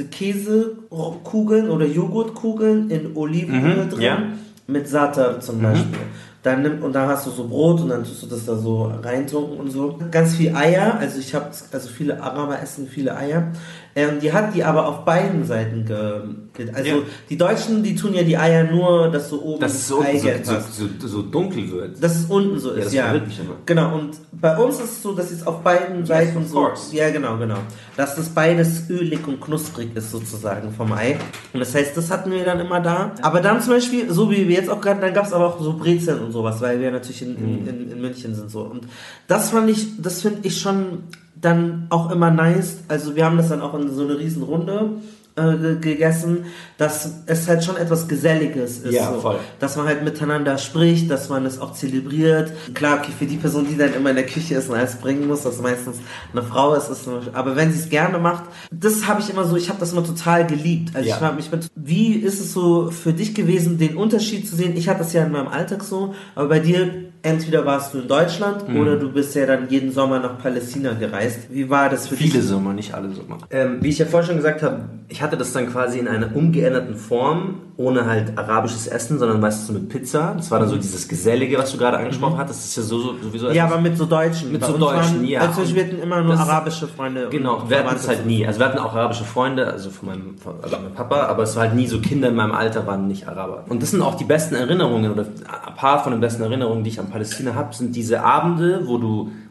Käsekugeln oder Joghurtkugeln in Olivenöl
Mhm,
drin,
ja.
mit Satar zum
Mhm.
Beispiel. Dann nimmt, und dann hast du so Brot und dann tust du das da so reintunken und so. Ganz viel Eier, also ich habe, also viele Araber essen viele Eier. Ähm, die hat die aber auf beiden Seiten ge, ge also
Ja.
die Deutschen, die tun ja die Eier nur, dass so oben
Dass es so, unten
Eigelb
so,
hast.
so, so, so dunkel wird.
Dass es unten so
Ja,
ist,
das
ja.
verwirrt mich immer.
Genau, und bei uns ist es so, dass es auf beiden Seiten
of
so...
course.
Ja, genau, genau. Dass das beides ölig und knusprig ist sozusagen vom Ei. Und das heißt, das hatten wir dann immer da. Aber dann zum Beispiel, so wie wir jetzt auch gerade, dann gab es aber auch so Brezeln und sowas, weil wir natürlich in, in, in, in München sind so. Und das fand ich, das finde ich schon dann auch immer nice. Also wir haben das dann auch in so eine riesen Runde äh, gegessen, dass es halt schon etwas Geselliges ist.
Ja,
so.
voll.
Dass man halt miteinander spricht, dass man es auch zelebriert. Klar, okay, für die Person, die dann immer in der Küche ist und alles bringen muss, das meistens eine Frau ist, ist eine, aber wenn sie es gerne macht, das habe ich immer so, ich habe das immer total geliebt. Also
Ja.
ich frage mich, mit, wie ist es so für dich gewesen, den Unterschied zu sehen? Ich hatte das ja in meinem Alltag so, aber bei dir, entweder warst du in Deutschland
Mhm.
oder du bist ja dann jeden Sommer nach Palästina gereist. Wie war das für dich?
Viele Sommer, nicht alle Sommer. Ähm, wie ich ja vorher schon gesagt habe, ich hatte das dann quasi in einer umgeänderten Form, ohne halt arabisches Essen, sondern weißt du, so mit Pizza. Das war dann so dieses Gesellige, was du gerade angesprochen
Mhm.
hattest. Das ist ja so, so, sowieso
Ja,
etwas-
aber mit so Deutschen.
Mit
Bei
so
uns
Deutschen,
waren,
ja.
Also wir hatten immer nur
Das-
arabische Freunde.
Genau,
und
wir hatten es
Verwandte.
halt nie. Also wir hatten auch arabische Freunde, also von meinem, von, also meinem Papa, aber es war halt nie so, Kinder in meinem Alter waren nicht Araber. Und das sind auch die besten Erinnerungen, oder ein paar von den besten Erinnerungen, die ich an Palästina habe, sind diese Abende, wo du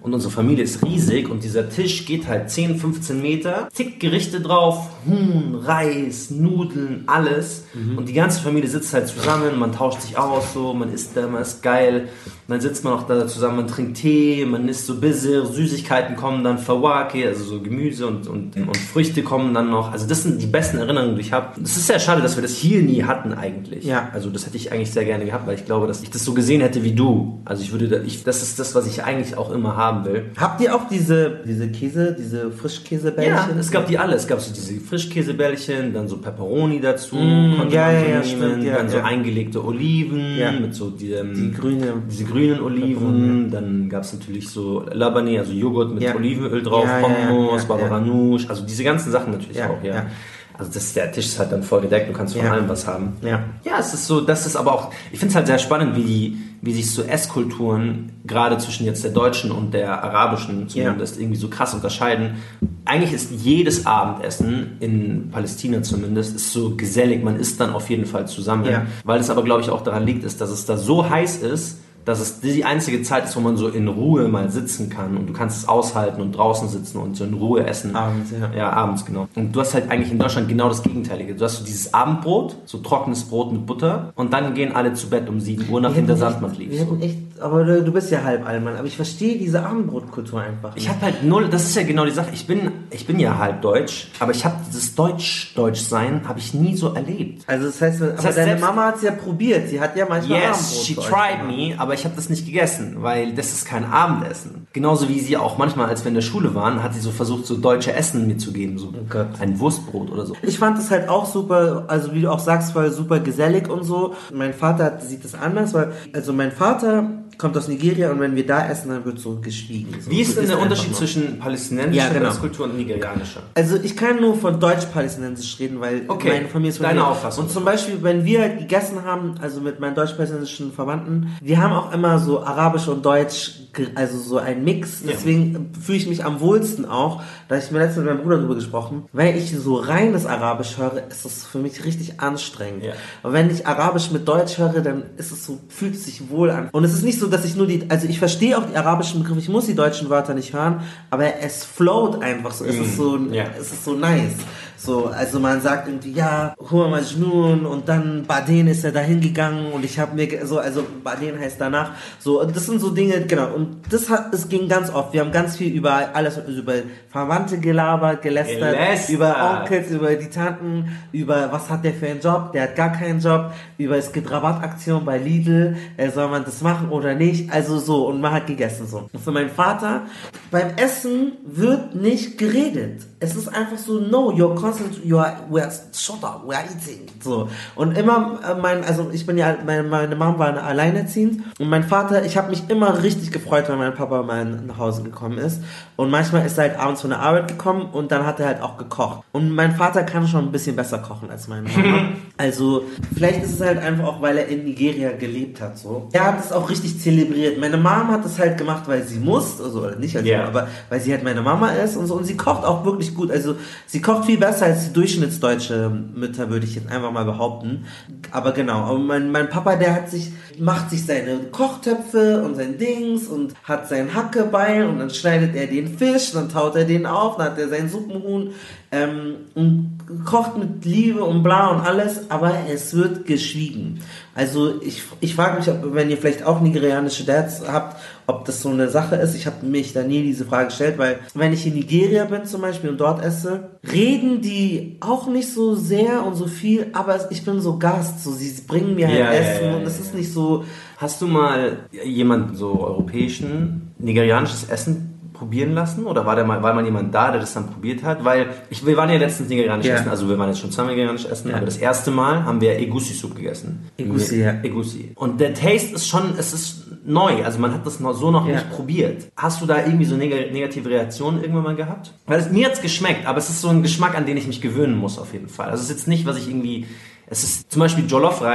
und unsere Familie ist riesig und dieser Tisch geht halt zehn, fünfzehn Meter, zig Gerichte drauf, Huhn, Reis, Nudeln, alles mhm. und die ganze Familie sitzt halt zusammen, man tauscht sich aus, so, man isst da, man ist geil, dann sitzt man auch da zusammen, man trinkt Tee, man isst so Bizzer, Süßigkeiten kommen dann, Fawake, also so Gemüse und, und, und Früchte kommen dann noch, also das sind die besten Erinnerungen, die ich habe. Es ist sehr schade, dass wir das hier nie hatten eigentlich. Ja. Also das hätte ich eigentlich sehr gerne gehabt, weil ich glaube, dass ich das so gesehen hätte wie du. Also ich würde, da, ich, das ist das, was ich eigentlich auch immer haben will.
Habt ihr auch diese, diese Käse, diese Frischkäsebällchen?
Ja, es gab die alle. Es gab so diese Frischkäsebällchen, dann so Pepperoni dazu,
mm,
konnte
ja,
man
ja,
so
ja,
nehmen,
stimmt, ja,
dann so
ja.
eingelegte Oliven
ja.
mit so die, ähm,
die grüne,
diese grünen Oliven. Dann gab es natürlich so Labani, also Joghurt mit
ja.
Olivenöl drauf,
ja,
Hummus,
ja, ja,
Babaganoush, also diese ganzen Sachen natürlich
ja,
auch, ja.
ja.
Also das, der Tisch ist halt dann voll gedeckt, du kannst von
ja.
allem was haben.
Ja.
ja, es ist so, das ist aber auch, ich finde es halt sehr spannend, wie die, wie sich so Esskulturen gerade zwischen jetzt der deutschen und der arabischen zumindest ja. irgendwie so krass unterscheiden. Eigentlich ist jedes Abendessen, in Palästina zumindest, ist so gesellig, man isst dann auf jeden Fall zusammen. Ja. Weil es aber, glaube ich, auch daran liegt, ist, dass es da so heiß ist, dass es die einzige Zeit ist, wo man so in Ruhe mal sitzen kann und du kannst es aushalten und draußen sitzen und so in Ruhe essen.
Abends, ja.
Ja, abends, genau. Und du hast halt eigentlich in Deutschland genau das Gegenteilige. Du hast so dieses Abendbrot, so trockenes Brot mit Butter und dann gehen alle zu Bett um sieben Uhr, nachdem der Sandmann liegt.
Wir hätten echt, aber du, du bist ja halb Allmann, aber ich verstehe diese Abendbrotkultur einfach nicht.
Ich habe halt null, das ist ja genau die Sache, ich bin, ich bin ja halb deutsch, aber ich habe dieses Deutsch-Deutsch-Sein habe ich nie so erlebt.
Also das heißt,
das
aber
heißt,
deine Mama hat es ja probiert, sie hat ja manchmal
yes,
Abendbrot.
She tried me, aber ich habe das nicht gegessen, weil das ist kein Abendessen. Genauso wie sie auch manchmal, als wir in der Schule waren, hat sie so versucht, so deutsche Essen mitzugeben, so oh ein Wurstbrot oder so.
Ich fand das halt auch super, also wie du auch sagst, war super gesellig und so. Mein Vater hat, sieht das anders, weil, also mein Vater kommt aus Nigeria und wenn wir da essen, dann wird so geschwiegen. So.
Wie ist denn der Unterschied
noch.
zwischen palästinensischer
ja, genau.
Kultur und nigerianischer?
Also ich kann nur von deutsch-palästinensisch reden, weil
okay.
meine Familie ist von
Deine
mir.
Auffassung.
Und zum Beispiel, wenn wir gegessen haben, also mit meinen deutsch-palästinensischen Verwandten, wir haben auch immer so arabisch und deutsch, also so ein Mix. Deswegen ja. fühle ich mich am wohlsten auch, da ich mir letztens mit meinem Bruder darüber gesprochen, wenn ich so reines Arabisch höre, ist es für mich richtig anstrengend. Ja. Aber wenn ich Arabisch mit Deutsch höre, dann ist es so, fühlt es sich wohl an. Und es ist nicht so, dass ich nur die, also ich verstehe auch die arabischen Begriffe, ich muss die deutschen Wörter nicht hören, aber es float einfach so, es ist so, ja. es ist so nice. So, also man sagt irgendwie, ja, Hua Majnun und dann Baden ist er dahin gegangen und ich habe mir so, also Baden heißt danach, so, das sind so Dinge, genau, und das hat, es ging ganz oft, wir haben ganz viel über alles, über Verwandte gelabert, gelästert, gelästert, über Onkels, über die Tanten, über was hat der für einen Job, der hat gar keinen Job, über es gibt Rabattaktion bei Lidl, äh, soll man das machen oder nicht, also so, und man hat gegessen so. Und für meinen Vater, beim Essen wird nicht geredet. Es ist einfach so, no, you're constant, you are, we are, shut up, we are eating. So. Und immer, äh, mein, also ich bin ja, meine, meine Mom war alleinerziehend und mein Vater, ich habe mich immer richtig gefreut, wenn mein Papa mal nach Hause gekommen ist. Und manchmal ist er halt abends von der Arbeit gekommen und dann hat er halt auch gekocht. Und mein Vater kann schon ein bisschen besser kochen als meine Mama. Also, vielleicht ist es halt einfach auch, weil er in Nigeria gelebt hat, so. Er hat es auch richtig zelebriert. Meine Mom hat es halt gemacht, weil sie muss, also, oder nicht, also, yeah. aber weil sie halt meine Mama ist und so. Und sie kocht auch wirklich gut. Also, sie kocht viel besser als die durchschnittsdeutsche Mütter, würde ich jetzt einfach mal behaupten. Aber genau, aber mein, mein Papa, der hat sich, macht sich seine Kochtöpfe und sein Dings und hat sein Hackebeil und dann schneidet er den Fisch, dann taut er den auf, dann hat er seinen Suppenhuhn ähm, und kocht mit Liebe und bla und alles, aber es wird geschwiegen. Also ich, ich frage mich, ob, wenn ihr vielleicht auch nigerianische Dads habt, ob das so eine Sache ist. Ich habe mich da nie diese Frage gestellt, weil wenn ich in Nigeria bin zum Beispiel und dort esse, reden die auch nicht so sehr und so viel, aber ich bin so Gast, so sie bringen mir halt ja, Essen ja, ja, und es ja, ist nicht so...
Hast du mal jemanden so europäischen, nigerianisches Essen probieren lassen? Oder war der mal, war mal jemand da, der das dann probiert hat? Weil ich, wir waren ja letztens nigerianisch yeah. essen, also wir waren jetzt schon zweimal nigerianisch essen, yeah. aber das erste Mal haben wir Egusi-Soup gegessen.
Egusi, ja.
Egusi. Und der Taste ist schon, es ist neu, also man hat das noch so noch yeah. nicht probiert. Hast du da irgendwie so neg- negative Reaktionen irgendwann mal gehabt? Weil es, mir hat's geschmeckt, aber es ist so ein Geschmack, an den ich mich gewöhnen muss auf jeden Fall. Also es ist jetzt nicht, was ich irgendwie... Es ist zum Beispiel Jollof-Reis,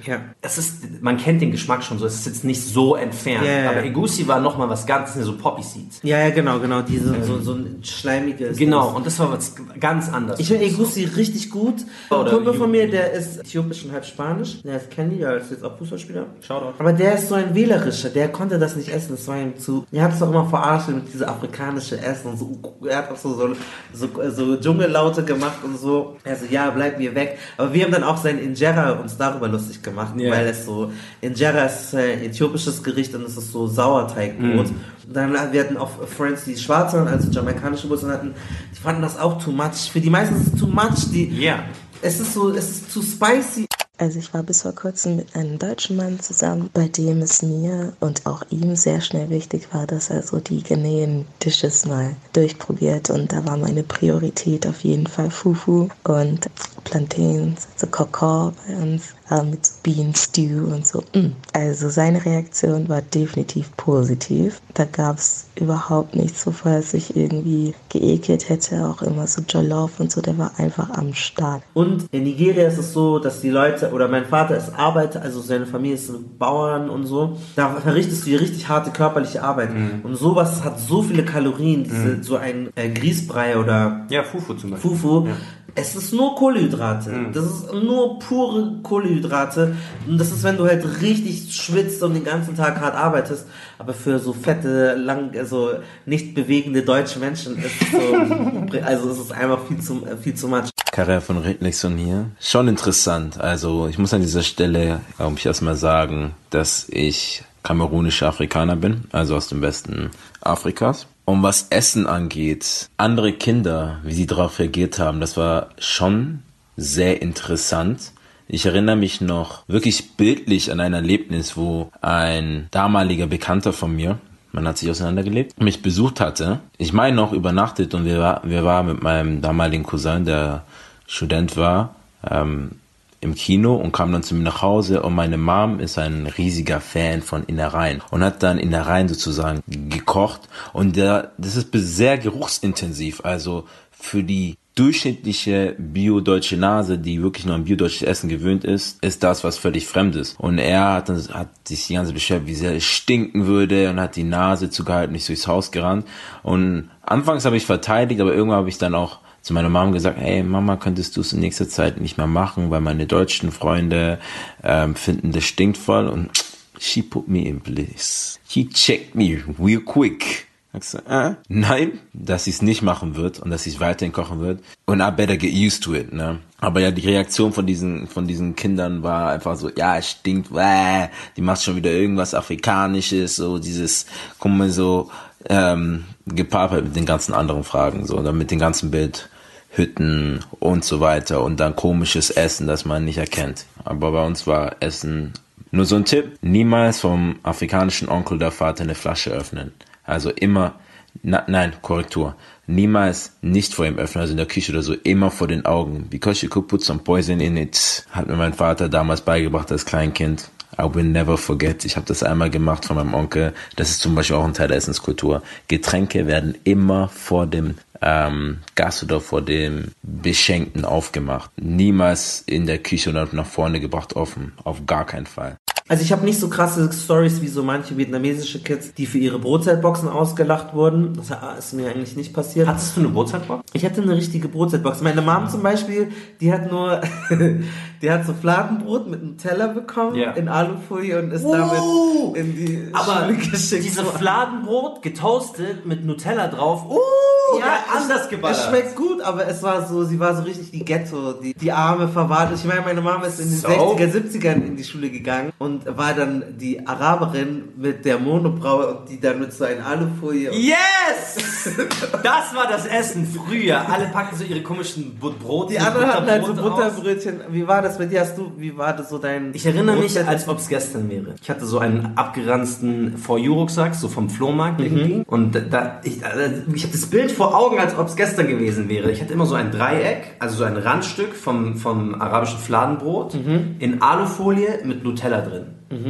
Ja.
Es ist, man kennt den Geschmack schon so, es ist jetzt nicht so entfernt.
Ja, ja,
aber
ja.
Egusi war nochmal was ganz, das sind so Poppy Seeds.
Ja, ja, genau, genau. Diese, so, so ein schleimiges.
Genau, und das war was ganz anderes.
Ich finde Egusi richtig gut. Ein
Oder
Kumpel von mir,
Ju-
der ist äthiopisch und halb Spanisch. Der ist Kenny, der ist jetzt auch Fußballspieler.
Shoutout.
Aber der ist so ein wählerischer, der konnte das nicht essen, das war ihm zu... Er hat es auch immer verarscht mit diesem afrikanischen Essen und so. Er hat auch so, so, so, so Dschungellaute gemacht und so. Er so, ja, bleib mir weg. Aber wir haben dann auch sein Injera uns darüber lustig gemacht,
Yeah.
weil es so... Injera ist ein äthiopisches Gericht und es ist so Sauerteigbrot.
Mm.
Und dann, wir hatten auch Friends, die schwarz waren, also jamaikanische Wurzeln hatten, die fanden das auch too much. Für die meisten ist es too much. Die,
Ja.
Es ist so, es ist zu spicy.
Also ich war bis vor kurzem mit einem deutschen Mann zusammen, bei dem es mir und auch ihm sehr schnell wichtig war, dass er so die Ghanaian Dishes mal durchprobiert. Und da war meine Priorität auf jeden Fall Fufu und Plantains, so Kokor bei uns, äh, mit so Bean Stew und so. Also seine Reaktion war definitiv positiv. Da gab es überhaupt nichts, wovor er sich irgendwie geekelt hätte, auch immer so Jollof und so, der war einfach am Start.
Und in Nigeria ist es so, dass die Leute, oder mein Vater ist Arbeiter, also seine Familie ist Bauern und so, da verrichtest du hier richtig harte körperliche Arbeit.
Mhm.
Und sowas hat so viele Kalorien, diese,
Mhm.
so ein äh, Grießbrei oder
Ja, Fufu zum Beispiel.
Fufu.
Ja.
Es ist nur Kohlenhydrate.
Mhm.
Das ist nur pure Kohlenhydrate. Und das ist, wenn du halt richtig schwitzt und den ganzen Tag hart arbeitest. Aber für so fette, lang, also nicht bewegende deutsche Menschen ist es so, also es ist einfach viel zu, viel zu much.
Karel von Rednixon hier. Schon interessant. Also ich muss an dieser Stelle, glaube ich, erstmal sagen, dass ich kamerunischer Afrikaner bin, also aus dem Westen Afrikas. Und was Essen angeht, andere Kinder, wie sie darauf reagiert haben, das war schon sehr interessant. Ich erinnere mich noch wirklich bildlich an ein Erlebnis, wo ein damaliger Bekannter von mir, man hat sich auseinandergelebt, mich besucht hatte. Ich meine noch übernachtet und wir war, wir waren mit meinem damaligen Cousin, der Student war, ähm, im Kino und kam dann zu mir nach Hause und meine Mom ist ein riesiger Fan von Innereien und hat dann Innereien sozusagen gekocht und der, das ist sehr geruchsintensiv, also für die durchschnittliche bio-deutsche Nase, die wirklich nur an bio-deutsches Essen gewöhnt ist, ist das was völlig Fremdes. Und er hat, dann, hat sich die ganze beschwert, wie sehr es stinken würde und hat die Nase zugehalten, nicht durchs Haus gerannt. Und anfangs habe ich verteidigt, aber irgendwann habe ich dann auch zu meiner Mom gesagt, hey Mama, könntest du es in nächster Zeit nicht mehr machen, weil meine deutschen Freunde ähm, finden, das stinkt voll. Und she put me in place. She checked me real quick. Ich so, äh, nein, dass sie es nicht machen wird und dass sie es weiterhin kochen wird. Und I better get used to it, ne? Aber ja, die Reaktion von diesen, von diesen Kindern war einfach so, ja, es stinkt, äh, die macht schon wieder irgendwas Afrikanisches, so dieses, guck mal, so, ähm, gepaart halt mit den ganzen anderen Fragen, so, dann mit dem ganzen Bild, Hütten und so weiter und dann komisches Essen, das man nicht erkennt. Aber bei uns war Essen, nur so ein Tipp, niemals vom afrikanischen Onkel der Vater eine Flasche öffnen. Also immer, na, nein, Korrektur, niemals nicht vor ihm öffnen, also in der Küche oder so, immer vor den Augen. Because you could put some poison in it. Hat mir mein Vater damals beigebracht als Kleinkind. I will never forget. Ich habe das einmal gemacht von meinem Onkel. Das ist zum Beispiel auch ein Teil der Essenskultur. Getränke werden immer vor dem ähm, Gast oder vor dem Beschenkten aufgemacht. Niemals in der Küche oder nach vorne gebracht offen. Auf gar keinen Fall.
Also ich habe nicht so krasse Stories wie so manche vietnamesische Kids, die für ihre Brotzeitboxen ausgelacht wurden. Das ist mir eigentlich nicht passiert.
Hattest du eine Brotzeitbox?
Ich hatte eine richtige Brotzeitbox. Meine Mom zum Beispiel, die hat nur, die hat so Fladenbrot mit einem Teller bekommen,
Ja.
in Alufolie und ist
Uh,
damit in die
Aber
Schule geschickt.
diese
worden.
Fladenbrot getoastet mit Nutella drauf, uh,
Ja,
ja, anders
es,
geballert.
es schmeckt gut, aber es war so, sie war so richtig die Ghetto, die, die arme Verwahrt. Ich meine, meine Mama ist in den
So.
sechziger, siebzigern in die Schule gegangen und war dann die Araberin mit der Monobraue und die dann mit so einer Alufolie. und-
Yes! Das war das Essen früher. Alle packen so ihre komischen Bu- Brot.
Die anderen hatten halt so
Butterbrot aus.
Butterbrötchen. Wie war das bei dir? Hast du, wie war das so dein...
Ich erinnere mich,
Brotzeit-
als ob es gestern wäre. Ich hatte so einen abgeranzten For You-Rucksack, so vom Flohmarkt
Mhm.
irgendwie. Und da, ich, also ich habe das Bild vor Augen, als ob es gestern gewesen wäre. Ich hatte immer so ein Dreieck, also so ein Randstück vom, vom arabischen Fladenbrot in Alufolie mit Nutella drin.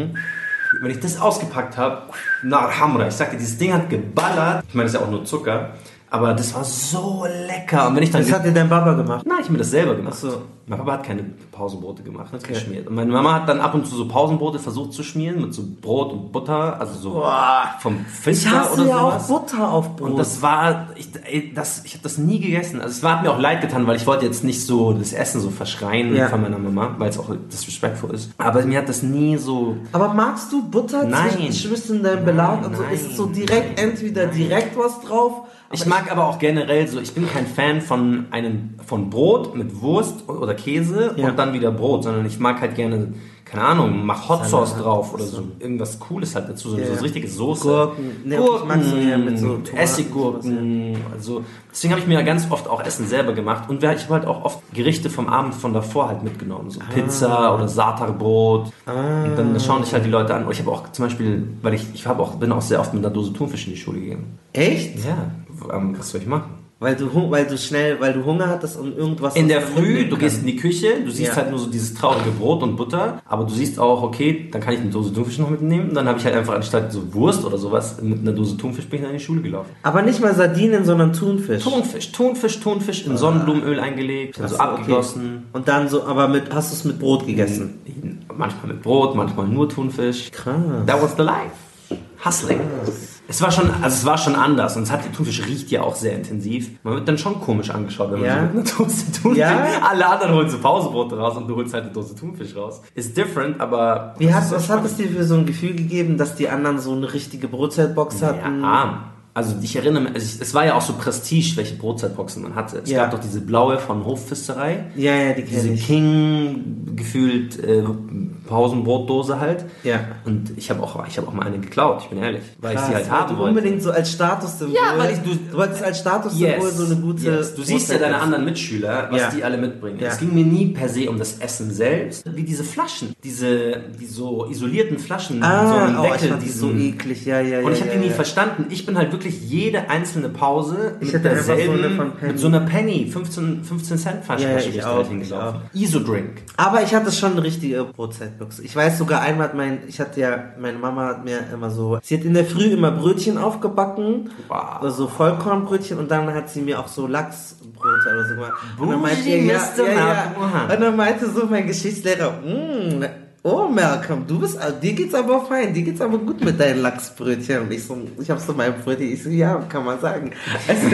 Wenn ich das ausgepackt habe, na Hamra, ich sagte, dieses Ding hat geballert. Ich meine, das ist ja auch nur Zucker. Aber das war so lecker. Und wenn ich dann
Das hat dir dein Papa gemacht?
Nein, ich habe mir das selber gemacht.
Ach so.
Mein Papa hat keine Pausenbrote gemacht, okay. geschmiert. Und meine Mama hat dann ab und zu so Pausenbrote versucht zu schmieren mit so Brot und Butter, also so Boah. vom Fisker oder
ja
sowas.
auch Butter auf Brot.
Und das war, ich, das, ich habe das nie gegessen. Also es war, hat mir auch leid getan, weil ich wollte jetzt nicht so das Essen so verschreien ja. von meiner Mama, weil es auch disrespectful ist. Aber mir hat das nie so...
Aber magst du Butter
nein.
zwischen in deinem Belag nein, und so? Nein, ist es so direkt, nein, entweder nein. direkt was drauf?
Ich, ich mag aber auch generell so, ich bin kein Fan von einem von Brot mit Wurst oder Käse ja. und dann wieder Brot, sondern ich mag halt gerne, keine Ahnung, mach Hot Sauce drauf oder so, irgendwas Cooles halt dazu, so, yeah. so eine richtige Soße.
Gurken, nee, Gurken, ich mag so eher mit so Tomaten,
Essiggurken, also deswegen habe ich mir ganz oft auch Essen selber gemacht und ich habe halt auch oft Gerichte vom Abend von davor halt mitgenommen, so ah. Pizza oder Satarbrot ah. und dann schauen sich halt die Leute an. Ich habe auch zum Beispiel, weil ich, ich habe auch, bin auch sehr oft mit einer Dose Thunfisch in die Schule gegangen.
Echt?
Ja. Was soll ich machen?
Weil du, weil du schnell, weil du Hunger hattest und irgendwas...
In der Früh, du gehst in die Küche, du siehst ja. halt nur so dieses traurige Brot und Butter, aber du siehst auch, okay, dann kann ich eine Dose Thunfisch noch mitnehmen. Und dann habe ich halt einfach anstatt so Wurst oder sowas mit einer Dose Thunfisch bin ich dann in die Schule gelaufen.
Aber nicht mal Sardinen, sondern Thunfisch.
Thunfisch, Thunfisch, Thunfisch in Sonnenblumenöl eingelegt, dann so abgegossen.
Okay. Und dann so, aber mit, hast du es mit Brot gegessen?
Manchmal mit Brot, manchmal nur Thunfisch.
Krass.
That was the life. Hustling. Es war schon, also es war schon anders und es hat, der Thunfisch riecht ja auch sehr intensiv. Man wird dann schon komisch angeschaut, wenn man
ja.
so mit einer Dose Thunfisch, ja. alle anderen holen so Pausebrote raus und du holst halt eine Dose Thunfisch raus. Ist different, aber...
Wie hat, was hat es dir für so ein Gefühl gegeben, dass die anderen so eine richtige Brotzeitbox hatten?
Ja, also ich erinnere mich, also es war ja auch so Prestige, welche Brotzeitboxen man hatte. Es ja. gab doch diese blaue von Hofpfisterei.
Ja, ja, die kenne ich.
Diese King gefühlt äh, Pausenbrotdose halt.
Ja.
Und ich habe auch, ich habe auch mal eine geklaut, ich bin ehrlich, weil
Krass,
ich sie halt haben wollte.
Unbedingt so als Statussymbol.
Ja, weil ich, du,
du wolltest als Statussymbol
yes,
so eine gute...
Yes. Du siehst ja deine anderen Mitschüler, was ja. die alle mitbringen. Ja. Es ging mir nie per se um das Essen selbst, wie diese Flaschen, diese die so isolierten Flaschen,
ah,
so einen
oh,
Deckel,
ich fand die so eklig, ja, ja, ja.
Und ich habe
ja,
die nie
ja.
verstanden. Ich bin halt wirklich jede einzelne Pause
ich
mit derselben,
so eine
mit so einer Penny, fünfzehn Cent Flasche
ja, ich auch,
hingelaufen. Iso-Drink.
Aber ich hatte schon eine richtige Brotzeitbox. Ich weiß sogar einmal hat mein, ich hatte ja, meine Mama hat mir immer so, sie hat in der Früh immer Brötchen aufgebacken, wow. also Vollkornbrötchen und dann hat sie mir auch so Lachsbrote oder so gemacht. Und dann meinte, ja, ja, ja, ja. Und dann meinte so mein Geschichtslehrer, mh, oh Malcolm, du bist, dir geht's aber fein, dir geht's aber gut mit deinen Lachsbrötchen. Und ich so, ich hab so mein Brötchen, ich so, ja, kann man sagen. Also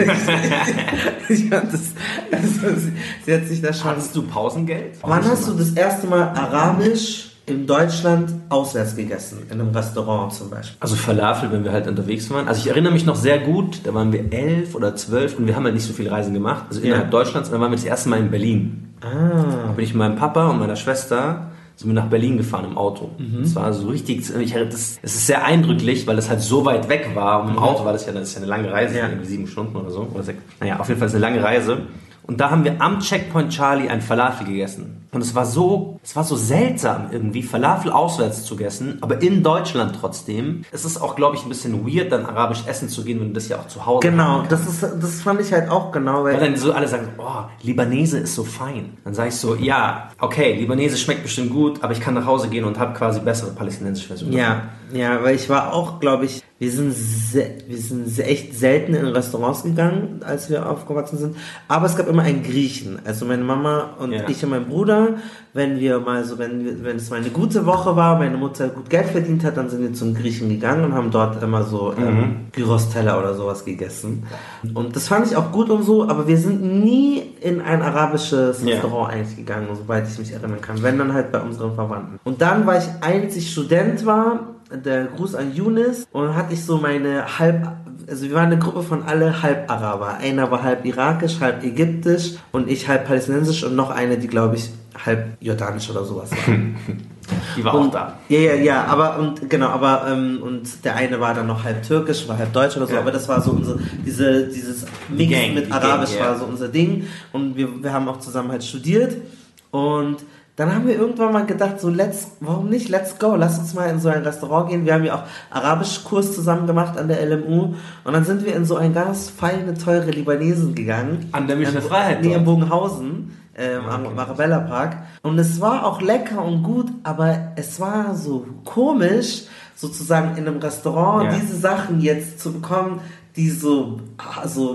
ich, ich fand das, also sie, sie hat sich da schon...
Hattest du Pausengeld?
Wann hast du das erste Mal Arabisch in Deutschland auswärts gegessen? In einem Restaurant zum Beispiel?
Also Falafel, wenn wir halt unterwegs waren. Also ich erinnere mich noch sehr gut, da waren wir elf oder zwölf und wir haben halt nicht so viele Reisen gemacht. Also innerhalb ja. Deutschlands. Und dann waren wir das erste Mal in Berlin.
Ah.
Da bin ich mit meinem Papa und meiner Schwester sind wir nach Berlin gefahren im Auto. Mhm. Das war so richtig, ich, das, es ist sehr eindrücklich, weil das halt so weit weg war. Und im Auto war das ja, das ist ja eine lange Reise, ja. irgendwie sieben Stunden oder so. Oder sechs. Naja, auf jeden Fall ist eine lange Reise. Und da haben wir am Checkpoint Charlie ein Falafel gegessen. Und es war so, es war so seltsam irgendwie, Falafel auswärts zu essen, aber in Deutschland trotzdem. Es ist auch, glaube ich, ein bisschen weird, dann arabisch essen zu gehen, wenn du das ja auch zu Hause
Genau, das ist, das fand ich halt auch genau.
Weil, weil dann so alle sagen, oh, Libanese ist so fein. Dann sage ich so, ja, okay, Libanese schmeckt bestimmt gut, aber ich kann nach Hause gehen und habe quasi bessere palästinensische Versionen.
Ja, ja, weil ich war auch, glaube ich, wir sind, se- wir sind echt selten in Restaurants gegangen, als wir aufgewachsen sind. Aber es gab immer einen Griechen. Also meine Mama und ja. ich und mein Bruder, wenn wir mal so, wenn wir, wenn es mal eine gute Woche war, meine Mutter gut Geld verdient hat, dann sind wir zum Griechen gegangen und haben dort immer so ähm, mhm. Gyros-Teller oder sowas gegessen. Und das fand ich auch gut und so, aber wir sind nie in ein arabisches ja. Restaurant eigentlich gegangen, soweit ich mich erinnern kann. Wenn dann halt bei unseren Verwandten. Und dann, weil ich einzig Student war, der Gruß an Younes, und dann hatte ich so meine halb, also wir waren eine Gruppe von alle Halb-Araber. Einer war halb irakisch, halb ägyptisch und ich halb palästinensisch und noch eine, die glaube ich halb jordanisch oder sowas war.
Die war
und,
auch da.
Ja, ja, ja, aber und genau, aber ähm, und der eine war dann noch halb türkisch, war halb deutsch oder so, ja. aber das war so unsere, diese, dieses Mix Gang, mit Arabisch Gang, yeah. war so unser Ding und wir, wir haben auch zusammen halt studiert und dann haben wir irgendwann mal gedacht, so let's, warum nicht, let's go, lass uns mal in so ein Restaurant gehen. Wir haben ja auch Arabisch-Kurs zusammen gemacht an der L M U und dann sind wir in so ein ganz feine, teure Libanesen gegangen.
An der Münchner Freiheit?
Nee, in Bogenhausen, ähm, okay. am Marabella Park. Und es war auch lecker und gut, aber es war so komisch, sozusagen in einem Restaurant ja. diese Sachen jetzt zu bekommen, die so, so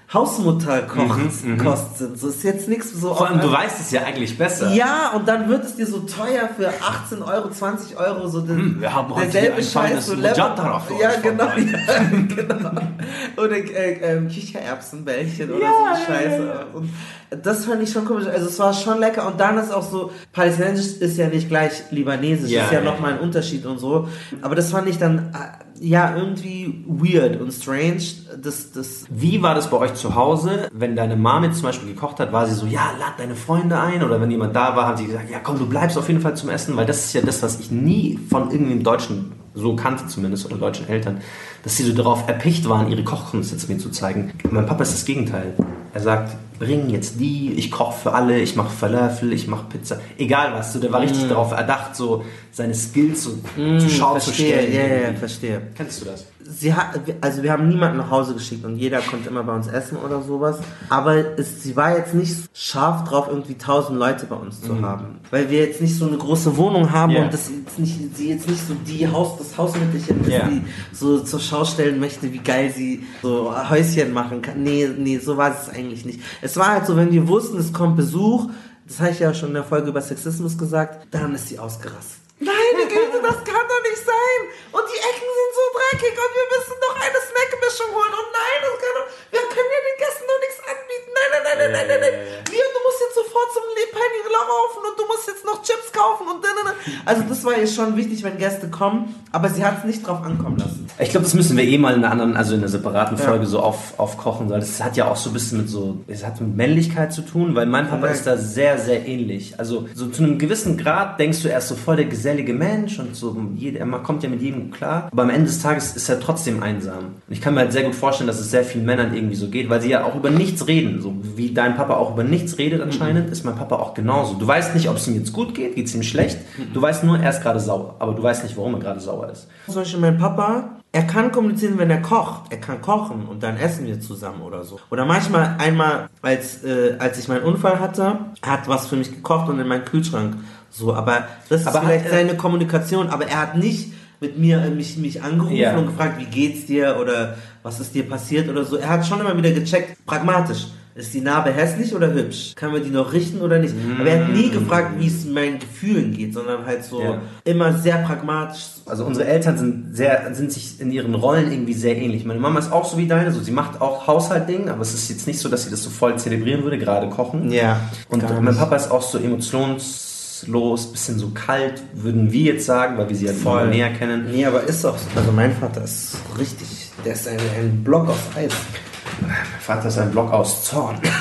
Hausmutterkost
Mhm, mhm.
Kost sind. So ist jetzt nichts so.
Vor allem,
auf-
du weißt es ja eigentlich besser.
Ja, und dann wird es dir so teuer für achtzehn Euro, zwanzig Euro, so den,
Hm, wir haben heute
derselbe
hier ein
Scheiß, so
feines
Lemon.
Mojata für
Ja,
euch
genau, ja, genau. Oder äh, ähm, Kichererbsenbällchen oder
Ja,
so eine
ja,
Scheiße.
ja, ja.
Und das fand ich schon komisch. Also es war schon lecker. Und dann ist auch so, palästinensisch ist ja nicht gleich libanesisch,
Ja,
ist ja,
ja,
nochmal ein Unterschied und so. Aber das fand ich dann äh, ja irgendwie weird und strange. Das, das
Wie war das bei euch zu Hause, wenn deine Mom jetzt zum Beispiel gekocht hat, war sie so, ja, lad deine Freunde ein, oder wenn jemand da war, hat sie gesagt, ja komm, du bleibst auf jeden Fall zum Essen, weil das ist ja das, was ich nie von irgendeinem Deutschen so kannte zumindest, oder deutschen Eltern, dass sie so darauf erpicht waren, ihre Kochkunst jetzt mir zu zeigen. Mein Papa ist das Gegenteil. Er sagt, bring jetzt die, ich koche für alle, ich mache Falafel, ich mache Pizza, egal was. So, der war richtig
Mm.
darauf erdacht, so seine Skills so
Mm,
zur Schau zu
verstehe,
stellen.
ja, ja,
irgendwie.
verstehe.
Kennst du das?
Sie hat, also wir haben niemanden nach Hause geschickt und jeder konnte immer bei uns essen oder sowas. Aber es, sie war jetzt nicht scharf drauf, irgendwie tausend Leute bei uns zu
Mhm.
haben. Weil wir jetzt nicht so eine große Wohnung haben
Ja.
und das jetzt nicht, sie jetzt nicht so die Haus, das Hausmittelchen ist,
Ja.
die so zur Schau stellen möchte, wie geil sie so Häuschen machen kann. Nee, nee, so war es eigentlich nicht. Es war halt so, wenn wir wussten, es kommt Besuch, das habe ich ja schon in der Folge über Sexismus gesagt, dann ist sie ausgerastet. Meine Güte, das kann doch nicht sein. Und die Ecken sind so dreckig und wir müssen doch eine Snackmischung holen. Und nein, das kann doch, wir können ja den Gästen doch nichts anbieten. Nein, nein, nein, nein, nein, nein, nein. Leon, du musst jetzt sofort zum Penny laufen und du musst jetzt noch Chips kaufen und dann, dann. Also das war ihr schon wichtig, wenn Gäste kommen, aber sie hat es nicht drauf ankommen lassen.
Ich glaube, das müssen wir eh mal in einer anderen, also in einer separaten
Ja.
Folge so auf, aufkochen, weil das hat ja auch so ein bisschen mit so, es hat mit Männlichkeit zu tun, weil mein Papa
Ja.
ist da sehr, sehr ähnlich. Also so zu einem gewissen Grad denkst du, er ist so voll der gesellige Mensch und so, jeder, man kommt ja mit jedem klar, aber am Ende des Tages ist er trotzdem einsam. Und ich kann mir halt sehr gut vorstellen, dass es sehr vielen Männern irgendwie so geht, weil sie ja auch über nichts reden, so wie dein Papa auch über nichts redet anscheinend, ist mein Papa auch genauso. Du weißt nicht, ob es ihm jetzt gut geht, geht es ihm schlecht, du weißt nur, er ist gerade sauer, aber du weißt nicht, warum er gerade sauer ist.
Zum Beispiel mein Papa, er kann kommunizieren, wenn er kocht. Er kann kochen und dann essen wir zusammen oder so. Oder manchmal einmal, als, äh, als ich meinen Unfall hatte, er hat was für mich gekocht und in meinen Kühlschrank. So, aber das ist
Aber
vielleicht
hat er-
seine Kommunikation. Aber er hat nicht mit mir äh, mich, mich angerufen
Ja.
und gefragt, wie geht's dir oder was ist dir passiert oder so. Er hat schon immer wieder gecheckt, pragmatisch. Ist die Narbe hässlich oder hübsch? Kann man die noch richten oder nicht? Aber er hat nie gefragt, wie es meinen Gefühlen geht, sondern halt so
Ja.
immer sehr pragmatisch.
Also unsere Eltern sind sehr, sind sich in ihren Rollen irgendwie sehr ähnlich. Meine Mama ist auch so wie deine, so sie macht auch Haushaltding, aber es ist jetzt nicht so, dass sie das so voll zelebrieren würde, gerade kochen.
Ja.
Und
gar
mein
nicht.
Papa ist auch so emotionslos, bisschen so kalt, würden wir jetzt sagen, weil wir sie ja
Voll.
voll näher kennen.
Nee, aber ist doch so. Also mein Vater ist richtig. Der ist ein, ein Block aus Eis.
Mein Vater ist ein Block aus Zorn. Ich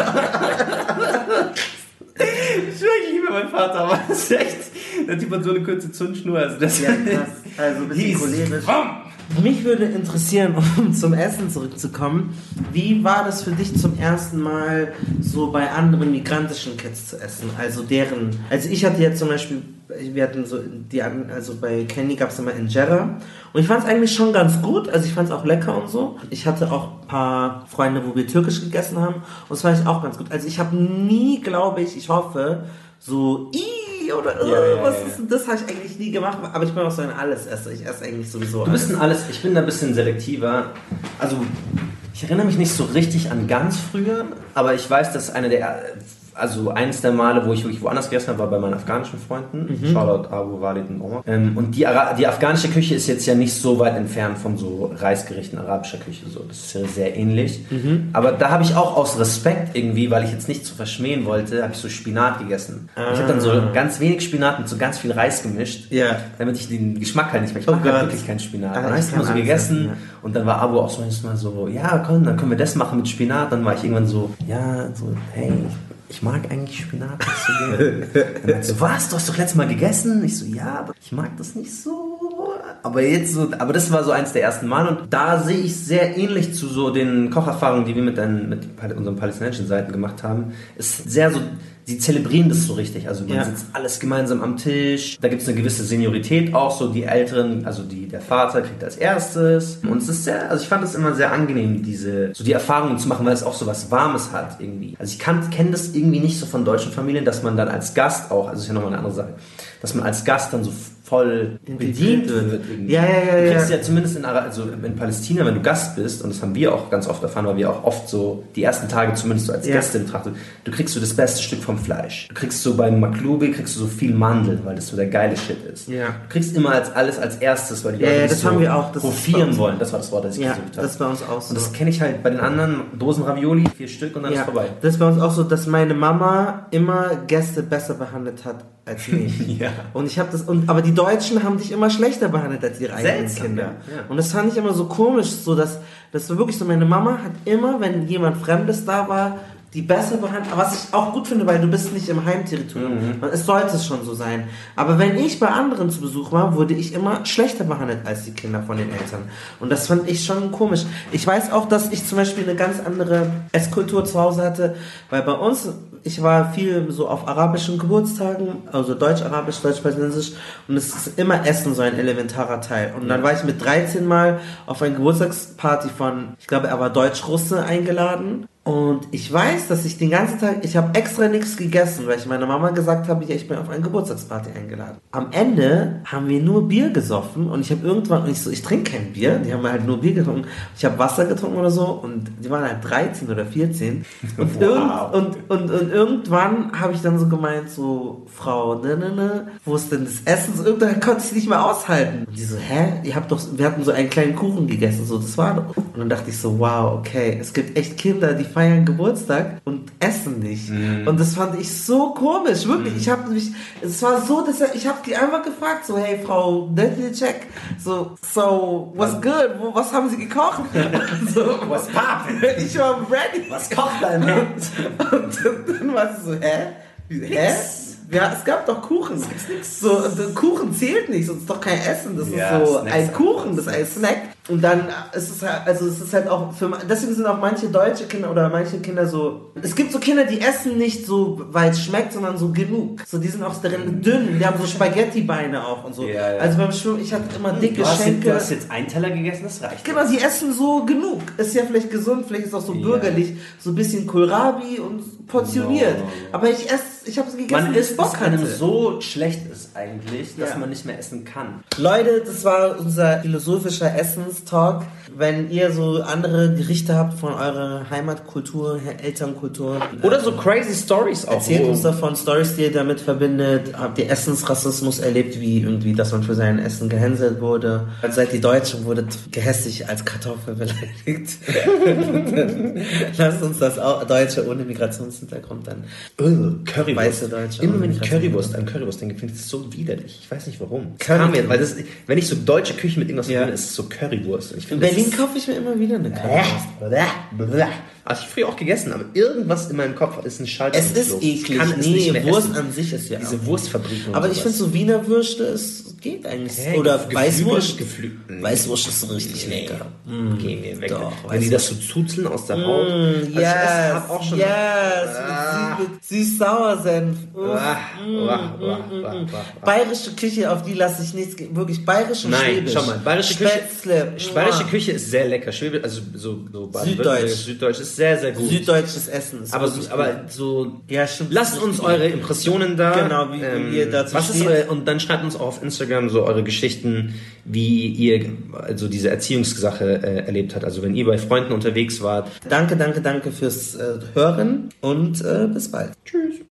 schwöre, ich liebe meinen Vater, aber das ist echt, der Typ hat so eine kurze Zündschnur. Also das
Ja, krass. Also ein bisschen
Hieß-
cholerisch. Mich würde interessieren, um zum Essen zurückzukommen, wie war das für dich zum ersten Mal so bei anderen migrantischen Kids zu essen? Also deren, also ich hatte ja zum Beispiel, wir hatten so, die, also bei Kenny gab es immer Injera und ich fand es eigentlich schon ganz gut, also ich fand es auch lecker und so. Ich hatte auch ein paar Freunde, wo wir türkisch gegessen haben und das fand ich auch ganz gut. Also ich habe nie, glaube ich, ich hoffe, so, ii, oder äh,
Ja, ja,
was
ja.
ist denn das, habe ich eigentlich nie gemacht, aber ich bin auch so ein Allesesser, ich esse eigentlich sowieso
Du bist
alles.
ein alles, ich bin da ein bisschen selektiver. Also, ich erinnere mich nicht so richtig an ganz früher, aber ich weiß, dass eine der, also eins der Male, wo ich wirklich woanders gegessen habe, war bei meinen afghanischen Freunden.
Mhm.
Shoutout Abu, Walid und Omar. Ähm, und die, Ara- die afghanische Küche ist jetzt ja nicht so weit entfernt von so Reisgerichten arabischer Küche. So. Das ist ja sehr ähnlich.
Mhm.
Aber da habe ich auch aus Respekt irgendwie, weil ich jetzt nicht zu verschmähen wollte, habe ich so Spinat gegessen.
Ah.
Ich habe dann so ganz wenig Spinat mit so ganz viel Reis gemischt,
Ja.
damit ich den Geschmack halt nicht mehr. Ich
Oh
mag halt
Gott.
wirklich keinen Spinat.
Ah,
Dann habe ich
ich
mal so
kann
gegessen
alles essen, ja.
und dann war Abu auch so manchmal so, ja komm, dann können wir das machen mit Spinat. Dann war ich irgendwann so, ja, so, hey, ich mag eigentlich Spinat nicht so gerne. Dann meinte so, was, du hast doch letztes Mal gegessen? Ich so, ja, aber ich mag das nicht so. Aber jetzt so, aber das war so eins der ersten Mal und da sehe ich sehr ähnlich zu so den Kocherfahrungen, die wir mit, den, mit unseren palästinensischen Seiten gemacht haben. Ist sehr so, sie zelebrieren das so richtig. Also man
Ja.
sitzt alles gemeinsam am Tisch. Da gibt es eine gewisse Seniorität auch, so die Älteren, also die, der Vater kriegt als erstes. Und es ist sehr, also ich fand es immer sehr angenehm, diese, so die Erfahrungen zu machen, weil es auch so was Warmes hat irgendwie. Also ich kenne das irgendwie nicht so von deutschen Familien, dass man dann als Gast auch, also ist ja nochmal eine andere Sache, dass man als Gast dann so voll bedient wird. Irgendwie.
Ja, ja, ja.
Du kriegst
ja.
ja zumindest in, Ara- also in Palästina, wenn du Gast bist, und das haben wir auch ganz oft erfahren, weil wir auch oft so die ersten Tage zumindest so als
Ja.
Gäste betrachtet, du kriegst so das beste Stück vom Fleisch. Du kriegst so beim Maklubi, kriegst du so viel Mandeln, weil das so der geile Shit ist.
Ja.
Du kriegst immer als alles als erstes, weil die
Ja,
Leute
ja,
nicht
das
so
haben wir auch. Das ist bei
hofieren
uns.
wollen. Das war das Wort, das ich
Ja,
gesucht habe.
das ist bei uns auch so.
Und das kenne ich halt bei den anderen Dosen Ravioli, vier Stück und dann
Ja,
ist vorbei.
das ist bei uns auch so, dass meine Mama immer Gäste besser behandelt hat als mich.
Ja.
Und ich habe das und aber die Deutschen haben dich immer schlechter behandelt als ihre eigenen
Seltsam,
Kinder.
ja. Ja.
Und das fand ich immer so komisch, so dass das war wirklich so, meine Mama hat immer, wenn jemand Fremdes da war, die besser behandelt, was ich auch gut finde, weil du bist nicht im Heimterritorium.
Mhm.
Und es sollte es schon so sein. Aber wenn ich bei anderen zu Besuch war, wurde ich immer schlechter behandelt als die Kinder von den Eltern. Und das fand ich schon komisch. Ich weiß auch, dass ich zum Beispiel eine ganz andere Esskultur zu Hause hatte, weil bei uns, ich war viel so auf arabischen Geburtstagen, also Deutsch-Arabisch, Deutsch-Palästinensisch, und es ist immer Essen so ein elementarer Teil. Und dann war ich mit dreizehn Mal auf eine Geburtstagsparty von, ich glaube, er war Deutsch-Russe eingeladen. Und ich weiß, dass ich den ganzen Tag, ich habe extra nichts gegessen, weil ich meiner Mama gesagt habe, ja, ich bin auf eine Geburtstagsparty eingeladen. Am Ende haben wir nur Bier gesoffen und ich habe irgendwann, und ich so, ich trinke kein Bier, die haben halt nur Bier getrunken. Ich habe Wasser getrunken oder so und die waren halt dreizehn oder vierzehn. Und,
Wow.
irgend, und, und, und irgendwann habe ich dann so gemeint, so, Frau, ne, ne, ne, wo ist denn das Essen? So, irgendwann konnte ich es nicht mehr aushalten. Und die so, hä? Ihr habt doch, wir hatten so einen kleinen Kuchen gegessen, so, das war doch. Und dann dachte ich so, wow, okay, es gibt echt Kinder, die feiern Geburtstag und essen nicht.
Mm.
Und das fand ich so komisch, wirklich. Mm. Ich habe mich, es war so, dass er, ich habe die einfach gefragt, so, hey Frau, check, so, so, what's good? Wo, was haben Sie gekocht? So,
Was pap?
ich war ready.
Was kocht dein Hund?
Und dann war sie so, hä? Wie, hä? Ja, es gab doch Kuchen. So, und Kuchen zählt nicht, sonst ist doch kein Essen. Das
Ja,
ist so
Snacks
ein Kuchen, das ist ein Snack. Und dann ist es halt, also es ist halt auch für, deswegen sind auch manche deutsche Kinder oder manche Kinder so, es gibt so Kinder, die essen nicht so, weil es schmeckt, sondern so genug. So, die sind auch darin dünn, die haben so Spaghetti-Beine auch und so.
Ja, ja.
Also beim Schwimmen, ich hatte immer dicke
Du hast, jetzt,
Schenkel.
du hast jetzt einen Teller gegessen, das reicht.
Genau, die essen so genug. Ist ja vielleicht gesund, vielleicht ist es auch so
Ja.
bürgerlich, so ein bisschen Kohlrabi und portioniert.
No.
Aber ich esse, ich habe es gegessen,
Man
weil
isst,
ich
bis
Bock
einem
hatte.
so schlecht ist eigentlich, dass
Ja.
man nicht mehr essen kann.
Leute, das war unser philosophischer Essenstalk. Wenn ihr so andere Gerichte habt von eurer Heimatkultur, Elternkultur.
Oder so crazy Stories auch.
Erzählt
wo-
uns davon Stories, die ihr damit verbindet. Habt ihr Essensrassismus erlebt, wie irgendwie, dass man für sein Essen gehänselt wurde? Seid ihr Deutsch und wurdet gehässig als Kartoffel beleidigt? Lasst uns das auch, Deutsche ohne Migrationshintergrund dann.
Ugh, Currywurst.
Weiße Deutsche.
Immer
ohne
wenn ich
Migrationshintergrund.
Currywurst an Currywurst denke, finde ich das so widerlich. Ich weiß nicht warum. Das
Curry-
kam mir, weil das, wenn ich so deutsche Küche mit irgendwas
Ja.
verbinde, ist es so Currywurst. Und ich
In
finde, das
Berlin
ist-
kaufe ich mir immer wieder eine Currywurst.
Also ich früher auch gegessen, aber irgendwas in meinem Kopf ist ein Schalter.
Es ist
Ich
eklig.
kann es
Nee,
nicht mehr
Wurst
essen.
an sich ist ja
Diese
auch-
Wurstfabriken. und
Aber ich
sowas.
finde so Wiener Würste, es geht eigentlich.
Hey,
Oder
Geflügel-
Weißwurst.
Geflü-
Weißwurst ist so richtig
Nee.
lecker.
Geh mir weg.
Doch,
Wenn die das so zuzeln aus der Haut.
Mm,
Also ich
yes,
esse- hab auch schon.
yes,
Ah.
mit süß-sauer-Senf. Uff,
Ah,
mm,
uah,
mm,
uah,
mm,
uah,
mm.
uah.
Bayerische Küche, auf die lasse ich nichts, ge- wirklich bayerisch und
Nein,
schwäbisch.
schau mal, bayerische Küche,
Spätzle.
bayerische
Muah.
Küche ist sehr lecker. Schwäbisch, also so, so
Süddeutsch.
Süddeutsch ist sehr, sehr gut.
Süddeutsches Essen ist
aber,
wirklich
so, aber
gut.
so,
Ja, stimmt.
lasst uns eure Impressionen da.
Genau, wie- wie ihr dazu
was ist
steht.
euer, und dann schreibt uns auch auf Instagram so eure Geschichten, wie ihr also diese Erziehungssache äh, erlebt habt. Also wenn ihr bei Freunden unterwegs wart.
Danke, danke, danke fürs äh, Hören und äh, bis bald. Tschüss.